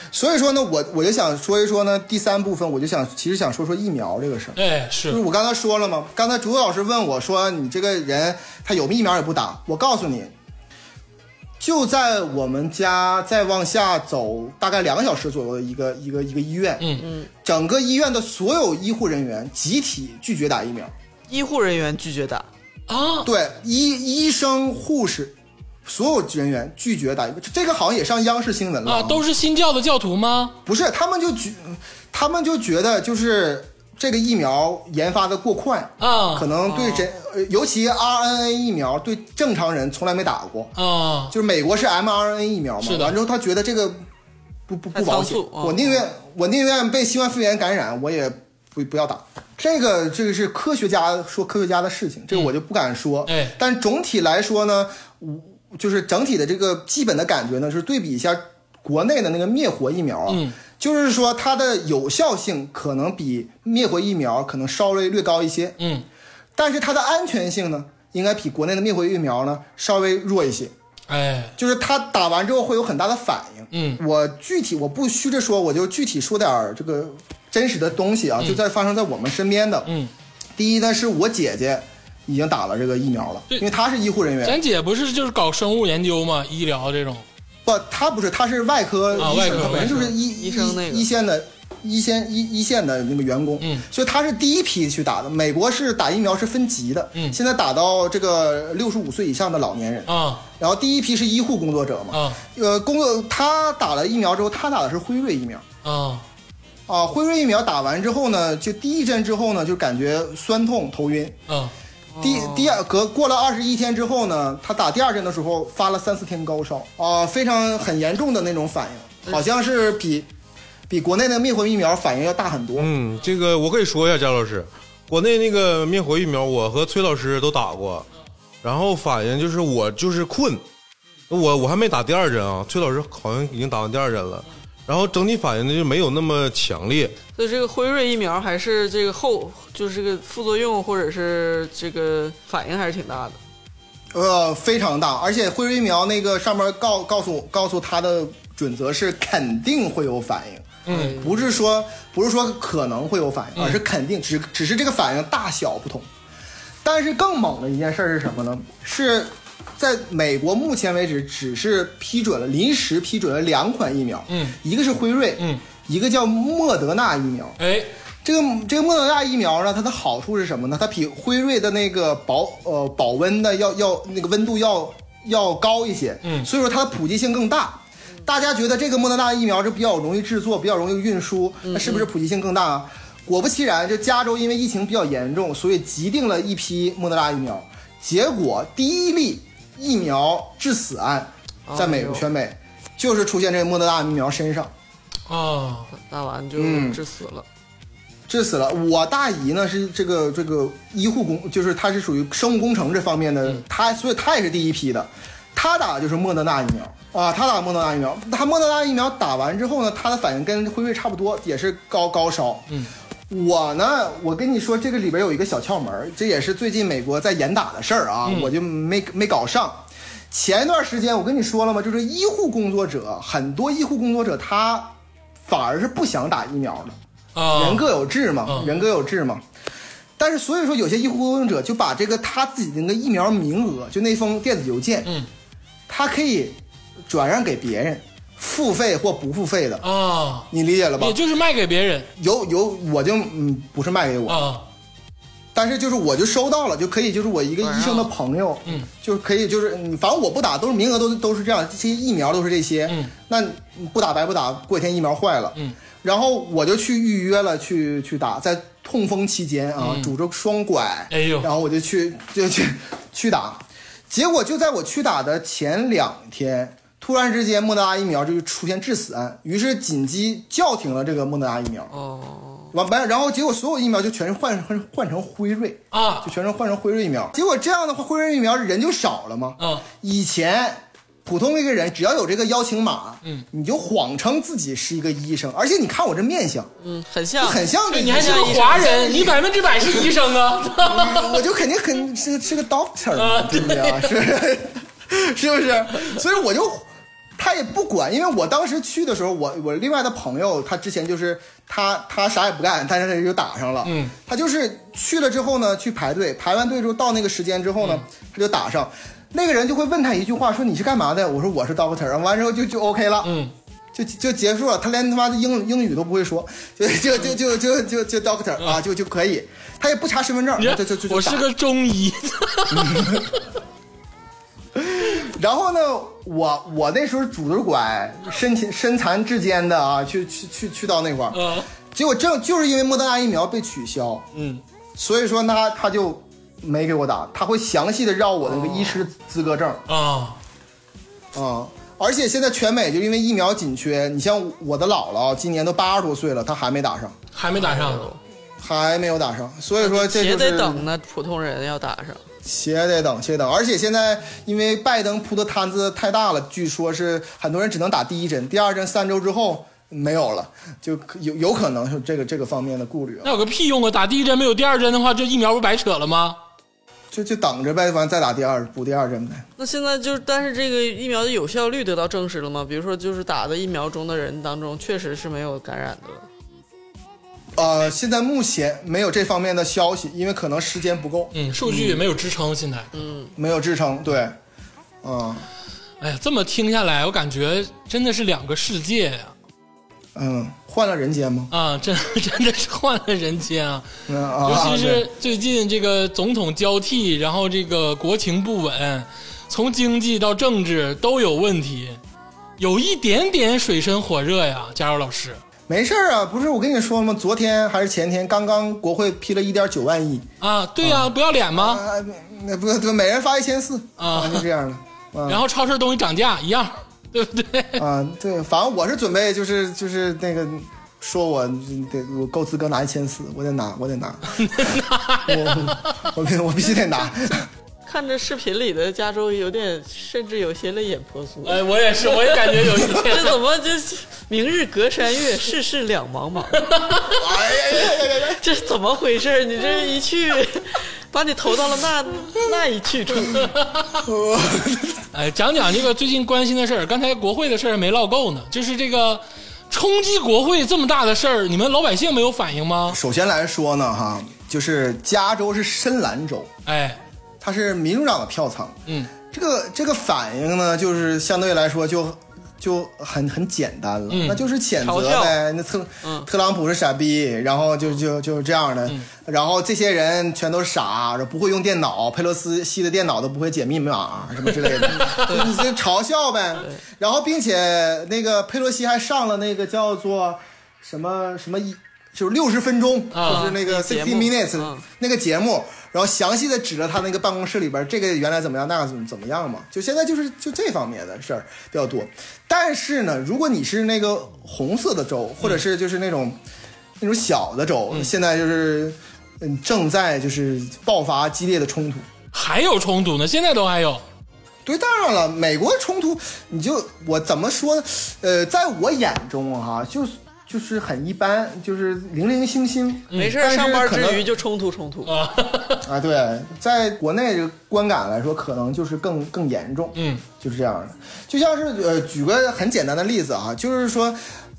所以说呢，我就想说一说呢，第三部分我就其实想说说疫苗这个事儿。 是， 就是我刚才说了嘛，刚才竹子老师问我说你这个人他有疫苗也不打，我告诉你，就在我们家再往下走大概2个小时左右的一个医院，整个医院的所有医护人员集体拒绝打疫苗。 医护人员拒绝打啊？ 对，医生、护士。所有人员拒绝打疫苗，这个好像也上央视新闻了啊！ 都是新教的教徒吗？ 不是，他们就觉得就是这个疫苗研发的过快啊， 可能对尤其 RNA 疫苗对正常人从来没打过啊， 就是美国是 mRNA 疫苗嘛， 是的。 完之后他觉得这个不保险，我宁愿被新冠肺炎感染，我也不要打。这个是科学家的事情，这个我就不敢说。但总体来说呢，就是整体的这个基本的感觉呢，是对比一下国内的那个灭活疫苗啊，就是说它的有效性可能比灭活疫苗可能稍微略高一些，但是它的安全性呢，应该比国内的灭活疫苗呢稍微弱一些。就是它打完之后会有很大的反应。我不虚着说，我就具体说点这个真实的东西啊，就发生在我们身边的。第一呢，是我姐姐已经打了这个疫苗了，因为她是医护人员。 咱姐不是就是搞生物研究吗？医疗这种？ 不，她不是，她是外科医生，她本身就是医生那个一线的那个员工，所以她是第一批去打的。美国是打疫苗是分级的，现在打到这个65岁以上的老年人啊， 然后第一批是医护工作者嘛，她打了疫苗之后，她打的是辉瑞疫苗辉瑞疫苗打完之后呢，就第一针之后呢，就感觉酸痛头晕过了21天之后呢，他打第二针的时候发了3-4天高烧非常很严重的那种反应，好像是比国内的灭活疫苗反应要大很多。 这个我可以说一下，贾老师，国内那个灭活疫苗我和崔老师都打过，然后反应就是我就是困，我还没打第二针啊，崔老师好像已经打完第二针了，然后整体反应呢就没有那么强烈。 所以这个辉瑞疫苗还是这个就是这个副作用或者是这个反应还是挺大的。非常大，而且辉瑞疫苗那个上面告诉他的准则是肯定会有反应。不是说可能会有反应，而是肯定，只是这个反应大小不同。但是更猛的一件事是什么呢？是在美国目前为止只是临时批准了2款疫苗，一个是辉瑞，一个叫莫德纳疫苗。这个莫德纳疫苗呢，它的好处是什么呢？它比辉瑞的那个保温的要那个温度要高一些，所以说它的普及性更大。大家觉得这个莫德纳疫苗是比较容易制作，比较容易运输，那是不是普及性更大啊？果不其然，这加州因为疫情比较严重，所以急定了一批莫德纳疫苗，结果第一例疫苗致死案在全美就是出现这个莫德纳疫苗身上打完就致死了。我大姨呢是这个医护就是她是属于生物工程这方面的，所以她也是第一批的。她打的就是莫德纳疫苗她打莫德纳疫苗，她莫德纳疫苗打完之后呢，她的反应跟辉瑞差不多，也是高烧。我跟你说，这个里边有一个小窍门，这也是最近美国在严打的事儿啊，我就没搞上。前一段时间我跟你说了吗？就是医护工作者，很多医护工作者他反而是不想打疫苗的，人各有志嘛，但是所以说有些医护工作者就把这个他自己的那个疫苗名额，就那封电子邮件，他可以转让给别人，付费或不付费的你理解了吧？ 也就是卖给别人。 我就不是卖给我但是就是我就收到了，就可以就是我一个医生的朋友，就是可以就是反正我不打，都是名额都是这样，这些疫苗都是这些，那不打白不打，过几天疫苗坏了，然后我就去预约了去打，在痛风期间拄着双拐，然后我就去打，结果就在我去打的前2天，突然之间莫德纳疫苗就出现致死案，于是紧急叫停了这个莫德纳疫苗。然后结果所有疫苗就全是换成辉瑞就全是换成辉瑞疫苗。结果这样的话，辉瑞疫苗人就少了嘛。以前普通一个人只要有这个邀请码，你就谎称自己是一个医生，而且你看我这面相， 很像这你还是个华人，你100%是医生啊。 我就肯定是个 doctor 对不对啊？是不是？所以我就他也不管，因为我当时去的时候，我另外的朋友他之前就是他啥也不干，但是他就打上了，他就是去了之后呢，去排队，排完队之后到那个时间之后呢，他就打上，那个人就会问他一句话，说你是干嘛的？我说我是 doctor， 完之后就 OK 了，就结束了，他连他妈的英语都不会说，就 doctor 啊，就可以，他也不查身份证，就我是个中医。 然后呢，我那时候拄着拐身残志坚的啊，去到那块儿，结果就是因为莫德纳疫苗被取消，所以说呢他就没给我打，他会详细的绕我那个医师资格证而且现在全美就因为疫苗紧缺，你像我的姥姥今年都80多岁了，她还没打上， 还没有打上，所以说这就是且得等呢，普通人要打上。 且得等，而且现在因为拜登铺的摊子太大了，据说是很多人只能打第一针，第二针3周之后没有了，就有可能是这个方面的顾虑。 那有个屁用啊！打第一针没有第二针的话，这疫苗不白扯了吗？ 就等着呗，完再打补第二针呗。 那现在就是，但是这个疫苗的有效率得到证实了吗？比如说，就是打的疫苗中的人当中，确实是没有感染的。 现在目前没有这方面的消息，因为可能时间不够。 数据也没有支撑，现在。 没有支撑，对。 哎呀，这么听下来，我感觉真的是两个世界呀。 换了人间吗？ 真的是换了人间啊！尤其是最近这个总统交替，然后这个国情不稳，从经济到政治都有问题，有一点点水深火热呀，加油老师。 没事啊，不是我跟你说了吗？昨天还是前天，刚刚国会批了1.9万亿啊！对呀，不要脸吗？ 那不每人发1400啊，就这样的。 然后超市东西涨价一样，对不对？ 对，反正我是准备就是那个说我够资格拿1400，我得拿，我必须得拿。 看着视频里的加州有点，甚至有些泪眼婆娑。 哎，我也是，我也感觉有一点。 这怎么就是明日隔山月，世事两茫茫？ 哎呀， 这怎么回事？你这一去，把你投到了那一去处。 哎，讲这个最近关心的事儿。刚才国会的事儿没唠够呢，就是这个冲击国会这么大的事儿，你们老百姓没有反应吗？ 首先来说呢，就是加州是深蓝州，它是民主党的票仓，这个反应呢，就是相对来说就很简单了，那就是谴责呗。那特朗普是傻逼，然后就这样的，然后这些人全都是傻，不会用电脑，佩洛西的电脑都不会解密码什么之类的，就嘲笑呗。然后并且那个佩洛西还上了那个叫做什么就是60分钟，就是那个60 minutes 那个节目。然后详细的指着他那个办公室里边，这个原来怎么样，那个怎么样嘛，就现在就这方面的事儿比较多。但是呢，如果你是那个红色的州，或者是就是那种小的州，现在就是正在就是爆发激烈的冲突， 还有冲突呢，现在都还有。 对，当然了，美国的冲突，我怎么说呢？在我眼中就是很一般，就是零零星星， 没事，上班之余就冲突啊，对，在国内观感来说，可能就是更严重，就是这样的。就像是举个很简单的例子啊，就是说，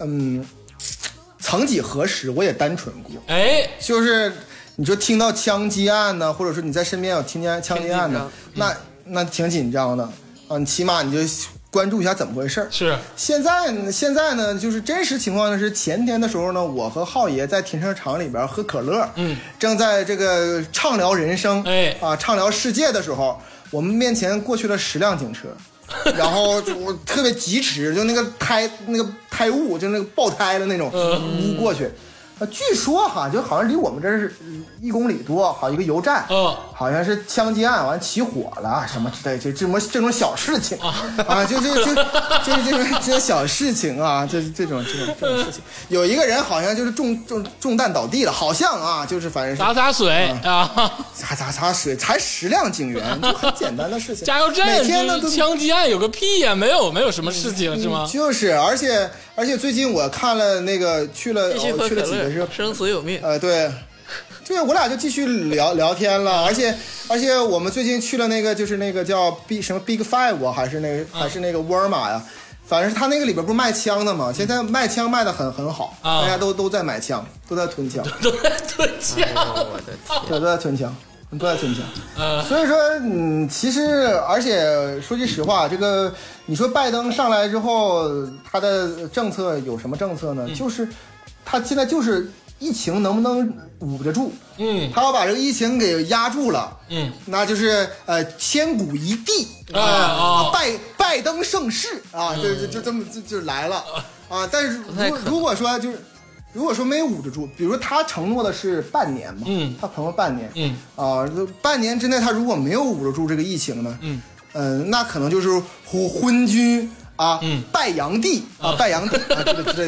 曾几何时我也单纯过，就是你说听到枪击案呢，或者说你在身边有听见枪击案呢，那挺紧张的啊，起码你就关注一下怎么回事。 是现在呢，就是真实情况呢是前天的时候呢，我和浩爷在停车场里边喝可乐，正在这个畅聊人生，畅聊世界的时候，我们面前过去了10辆警车，然后我特别疾驰，就那个胎雾，就那个爆胎的那种，过去。据说就好像离我们这是1公里多，好一个油站，好像是枪击案完起火了什么之类，这种小事情啊，这小事情啊，这种事情，有一个人好像就是中弹倒地了，好像啊，就是反正是洒水啊， 洒水，才10辆警员，就很简单的事情。 加油站每天呢都枪击案有个屁呀，没有什么事情是吗？ 就是，而且最近我看了那个去了几个是生死有命， 对，我俩就继续聊天了，而且我们最近去了那个就是那个叫 Big 5还是那个沃尔玛呀， 反正他那个里边不是卖枪的吗？现在卖枪卖的很好，大家都在买枪，都在囤枪， 都在囤枪， 我的天， 对，都在囤枪。都在囤枪，所以说，其实，而且说句实话，这个你说拜登上来之后，他的政策有什么政策呢？就是他现在就是疫情能不能捂得住？他要把这个疫情给压住了，那就是千古一帝拜登盛世啊，就这么就来了啊。但是如果说没捂得住，比如说他承诺的是半年嘛，他承诺半年，半年之内他如果没有捂得住这个疫情呢，那可能就是昏君啊，拜阳帝啊，拜阳帝啊，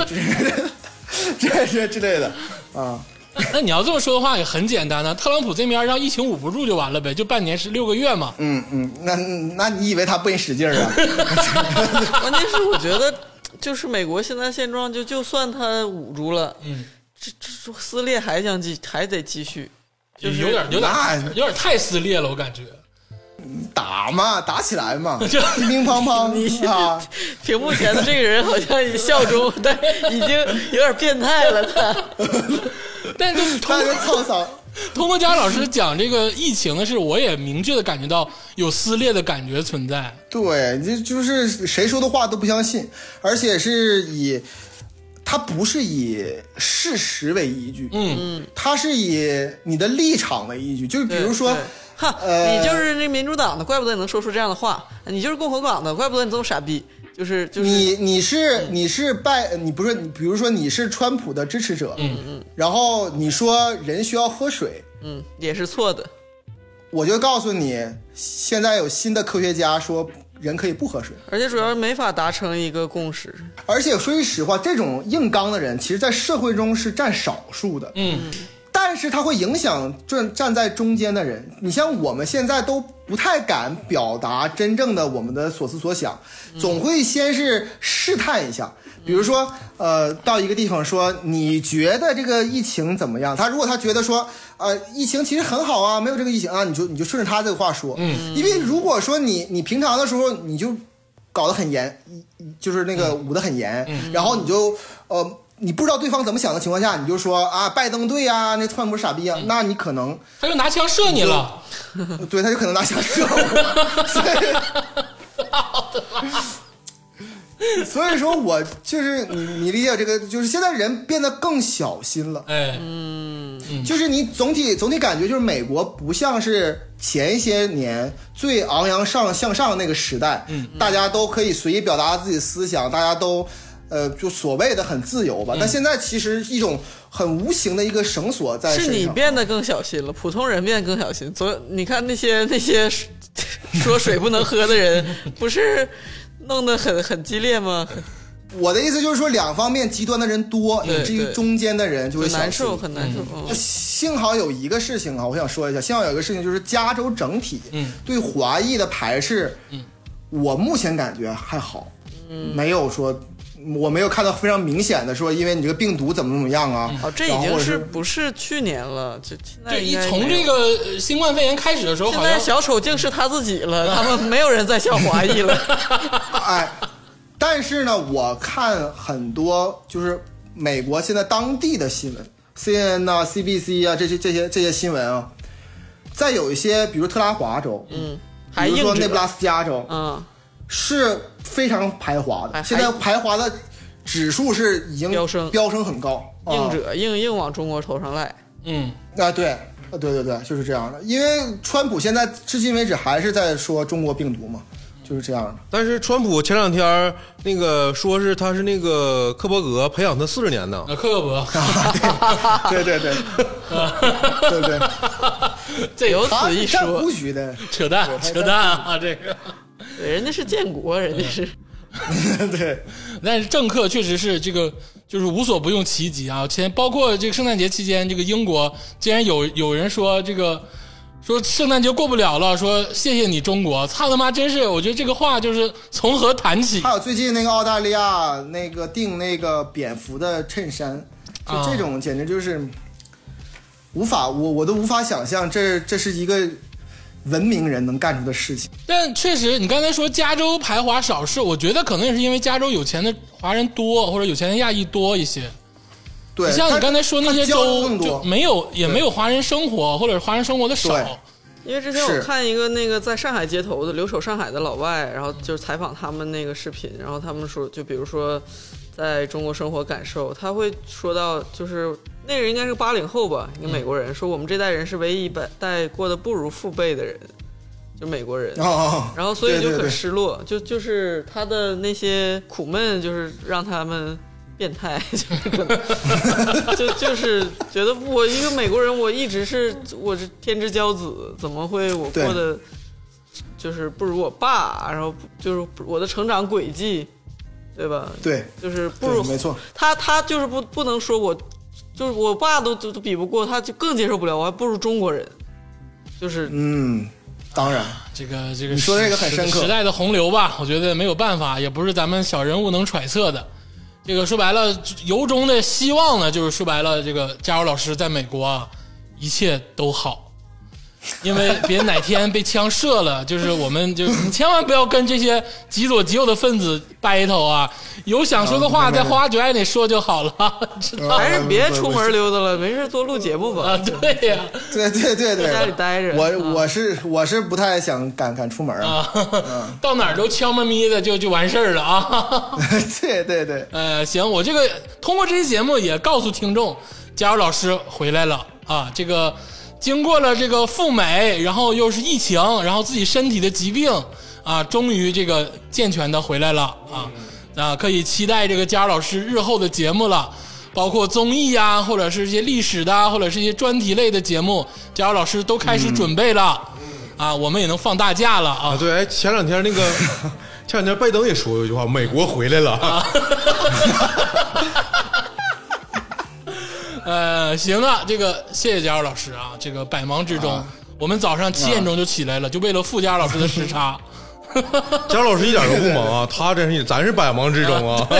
之类的啊。 那你要这么说的话也很简单呢，特朗普这边让疫情捂不住就完了呗，就半年16个月嘛。 那你以为他不得使劲啊？ 关键是我觉得。就是美国现在现状，就算他捂住了，这撕裂还得继续，就是有点太撕裂了，我感觉。 打起来嘛，乒乒乓乓啊！ 屏幕前的这个人好像以笑中，但已经有点变态了他。 但是通过佳老师讲这个疫情的事，我也明确的感觉到有撕裂的感觉存在。 对，就是谁说的话都不相信，而且是它不是以事实为依据，它是以你的立场为依据，就是比如说。 你就是这民主党的，怪不得你能说出这样的话；你就是共和党的，怪不得你这么傻逼。就是你不是，比如说你是川普的支持者，然后你说人需要喝水， 也是错的。 我就告诉你，现在有新的科学家说人可以不喝水， 而且主要没法达成一个共识。 而且说句实话，这种硬刚的人，其实在社会中是占少数的。但是它会影响站在中间的人。你像我们现在都不太敢表达真正的我们的所思所想，总会先是试探一下。比如说，到一个地方说你觉得这个疫情怎么样？如果他觉得说，疫情其实很好啊，没有这个疫情啊，你就顺着他这个话说。因为如果说你平常的时候你就搞得很严，就是那个捂得很严，然后你就你不知道对方怎么想的情况下，你就说啊，拜登对啊，那川普傻逼啊，那你可能他就拿枪射你了， 对，他就可能拿枪射我。所以说我就是你理解这个，就是现在人变得更小心了，就是你总体感觉就是美国不像是前些年最昂扬向上那个时代，大家都可以随意表达自己思想，大家都。就所谓的很自由吧，但现在其实一种很无形的一个绳索在身上。 是你变得更小心了，普通人变得更小心。你看那些说水不能喝的人，不是弄得很激烈吗？ 我的意思就是说，两方面极端的人多，以至于中间的人就会难受，很难受。 幸好有一个事情啊，我想说一下，幸好有一个事情就是加州整体对华裔的排斥，我目前感觉还好，没有说。我没有看到非常明显的说，因为你这个病毒怎么样啊？ 这已经是不是去年了？就现在从这个新冠肺炎开始的时候， 现在小丑竟是他自己了，他们没有人在笑华裔了。 但是呢，我看很多就是美国现在当地的新闻 ，CNN 啊、CBC 啊这些新闻啊，再有一些，比如特拉华州，比如说内布拉斯加州，是非常排华的，现在排华的指数是已经飙升很高， 硬往中国头上赖。 对，就是这样的。因为川普现在至今为止还是在说中国病毒嘛，就是这样的。 但是川普前两天那个说是他是那个克伯格培养他40年的， 克伯对， 这有此一说， 布局的扯淡啊，这个。 对，人家是建国，人家是对， 但是政客确实是这个就是无所不用其极啊。包括这个圣诞节期间，这个英国竟然有人说说圣诞节过不了了，说谢谢你中国，操他妈真是，我觉得这个话就是从何谈起。 还有最近那个澳大利亚那个订那个蝙蝠的衬衫，就这种简直就是无法，我都无法想象这是一个文明人能干出的事情。 但确实，你刚才说加州排华少是，我觉得可能也是因为加州有钱的华人多，或者有钱的亚裔多一些。 对， 像你刚才说那些州就没有，也没有华人生活，或者华人生活的少。 因为之前我看一个那个在上海街头的留守上海的老外，然后就是采访他们那个视频，然后他们说，就比如说在中国生活感受，他会说到，就是那个人应该是80后吧，一个美国人，说我们这代人是唯一一代过得不如父辈的人，就美国人，然后所以就很失落，就是他的那些苦闷，就是让他们变态，就是觉得我一个美国人，我一直是天之骄子，怎么会我过得就是不如我爸，然后就是我的成长轨迹，对吧？ 对， 就是不如， 没错。 他就是不能说我就是我爸都比不过，他就更接受不了，我还不如中国人，就是当然， 这个你说的这个很深刻， 时代的洪流吧，我觉得没有办法，也不是咱们小人物能揣测的。这个说白了，由衷的希望呢，就是说白了，这个加油老师在美国啊，一切都好，因为别哪天被枪射了，就是我们就你千万不要跟这些极左极右的分子 battle 啊，有想说的话在花卷爱里说就好了，知道还是别出门溜达了，没事多录节目吧。 对呀， 对， 在家里待着。 我是不太想敢出门啊， 到哪儿都悄咪咪的就完事儿了啊。 对， 行，我这个通过这期节目也告诉听众，加油老师回来了啊，这个。经过了这个赴美，然后又是疫情，然后自己身体的疾病啊，终于这个健全的回来了啊，可以期待这个加油老师日后的节目了，包括综艺啊，或者是一些历史的，或者是一些专题类的节目，加油老师都开始准备了啊，我们也能放大假了啊。 对，前两天拜登也说过一句话，美国回来了。 行啊，这个谢谢加油老师啊，这个百忙之中，我们早上7点钟就起来了，就为了傅加油老师的时差。 加油老师一点都不忙啊，他真是咱是百忙之中啊。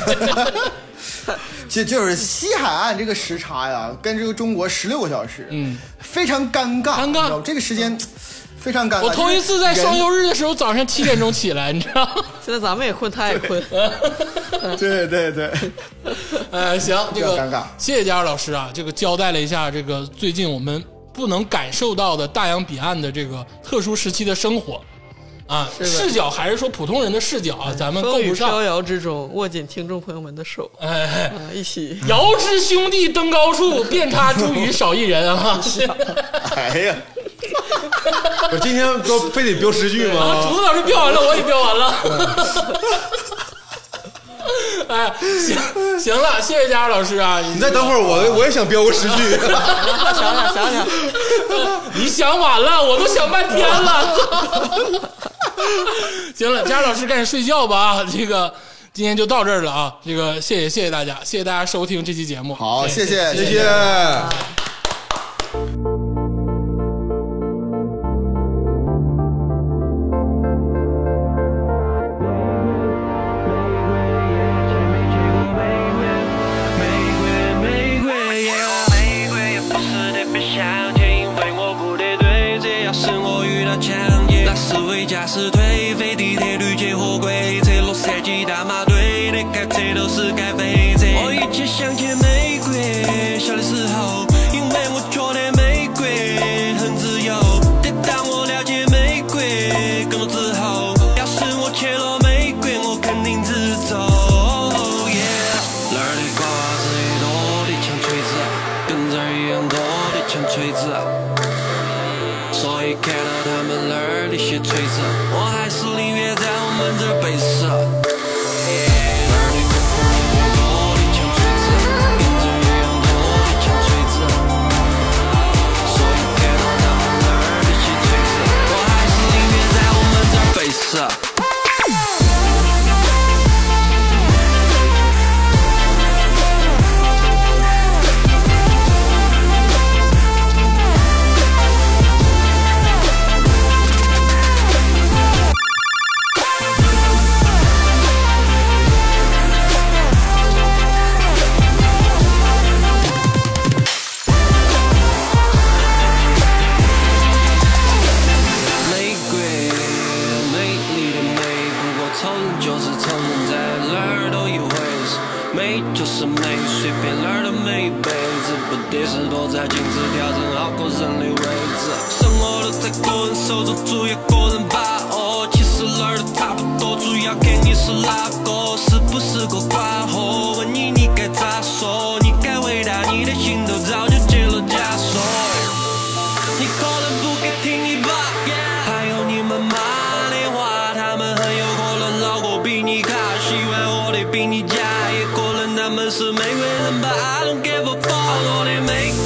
就是西海岸这个时差呀，跟这个中国16个小时，非常尴尬，这个时间非常尴尬。 我头一次在双休日的时候早上7点钟起来，你知道？ 现在咱们也困，他也困。 对。 行，这个尴尬， 谢谢加油老师啊，这个交代了一下这个最近我们不能感受到的大洋彼岸的这个特殊时期的生活啊，视角还是说普通人的视角啊，咱们够不上。 风雨飘摇之中，握紧听众朋友们的手，一起遥知兄弟登高处，遍插茱萸少一人啊！ 哎呀， 我今天非得标10句吗？ 主子老师标完了，我也标完了。哎，行了，谢谢加油老师啊！ 你再等会儿，我也想标个10句。 想想， 你想晚了，我都想半天了。行了，加油老师赶紧睡觉吧啊！这个今天就到这儿了啊！这个谢谢大家，谢谢大家收听这期节目。 好，谢谢。 是颓废地铁绿街货柜，这洛杉矶大马队，你开车都是该飞车。我一切想起玫瑰，小的时候，因为我觉得玫瑰很自由。但当我了解玫瑰更多之后，要是我切了玫瑰，我肯定直走。那儿的瓜子一多的像锤子，跟这儿一样多的像锤子。所以看到他们那儿的些锤子，我还是宁愿在我们这儿背时。 美就是美，随便哪儿都美一辈子，不得是多彩镜子，调整好个人的位置。生活都在个人手中，主要个人把握。其实哪儿都差不多，主要看你是哪个，是不是个寡妇？问你你该咋说？你该回答你的心都早就解了枷锁。你可能不该听你爸，还有你们妈的话，他们很有可能老过比你卡，喜欢活得比你假，也可能他们是玫瑰人吧 I don't give a fuck， 我的玫瑰。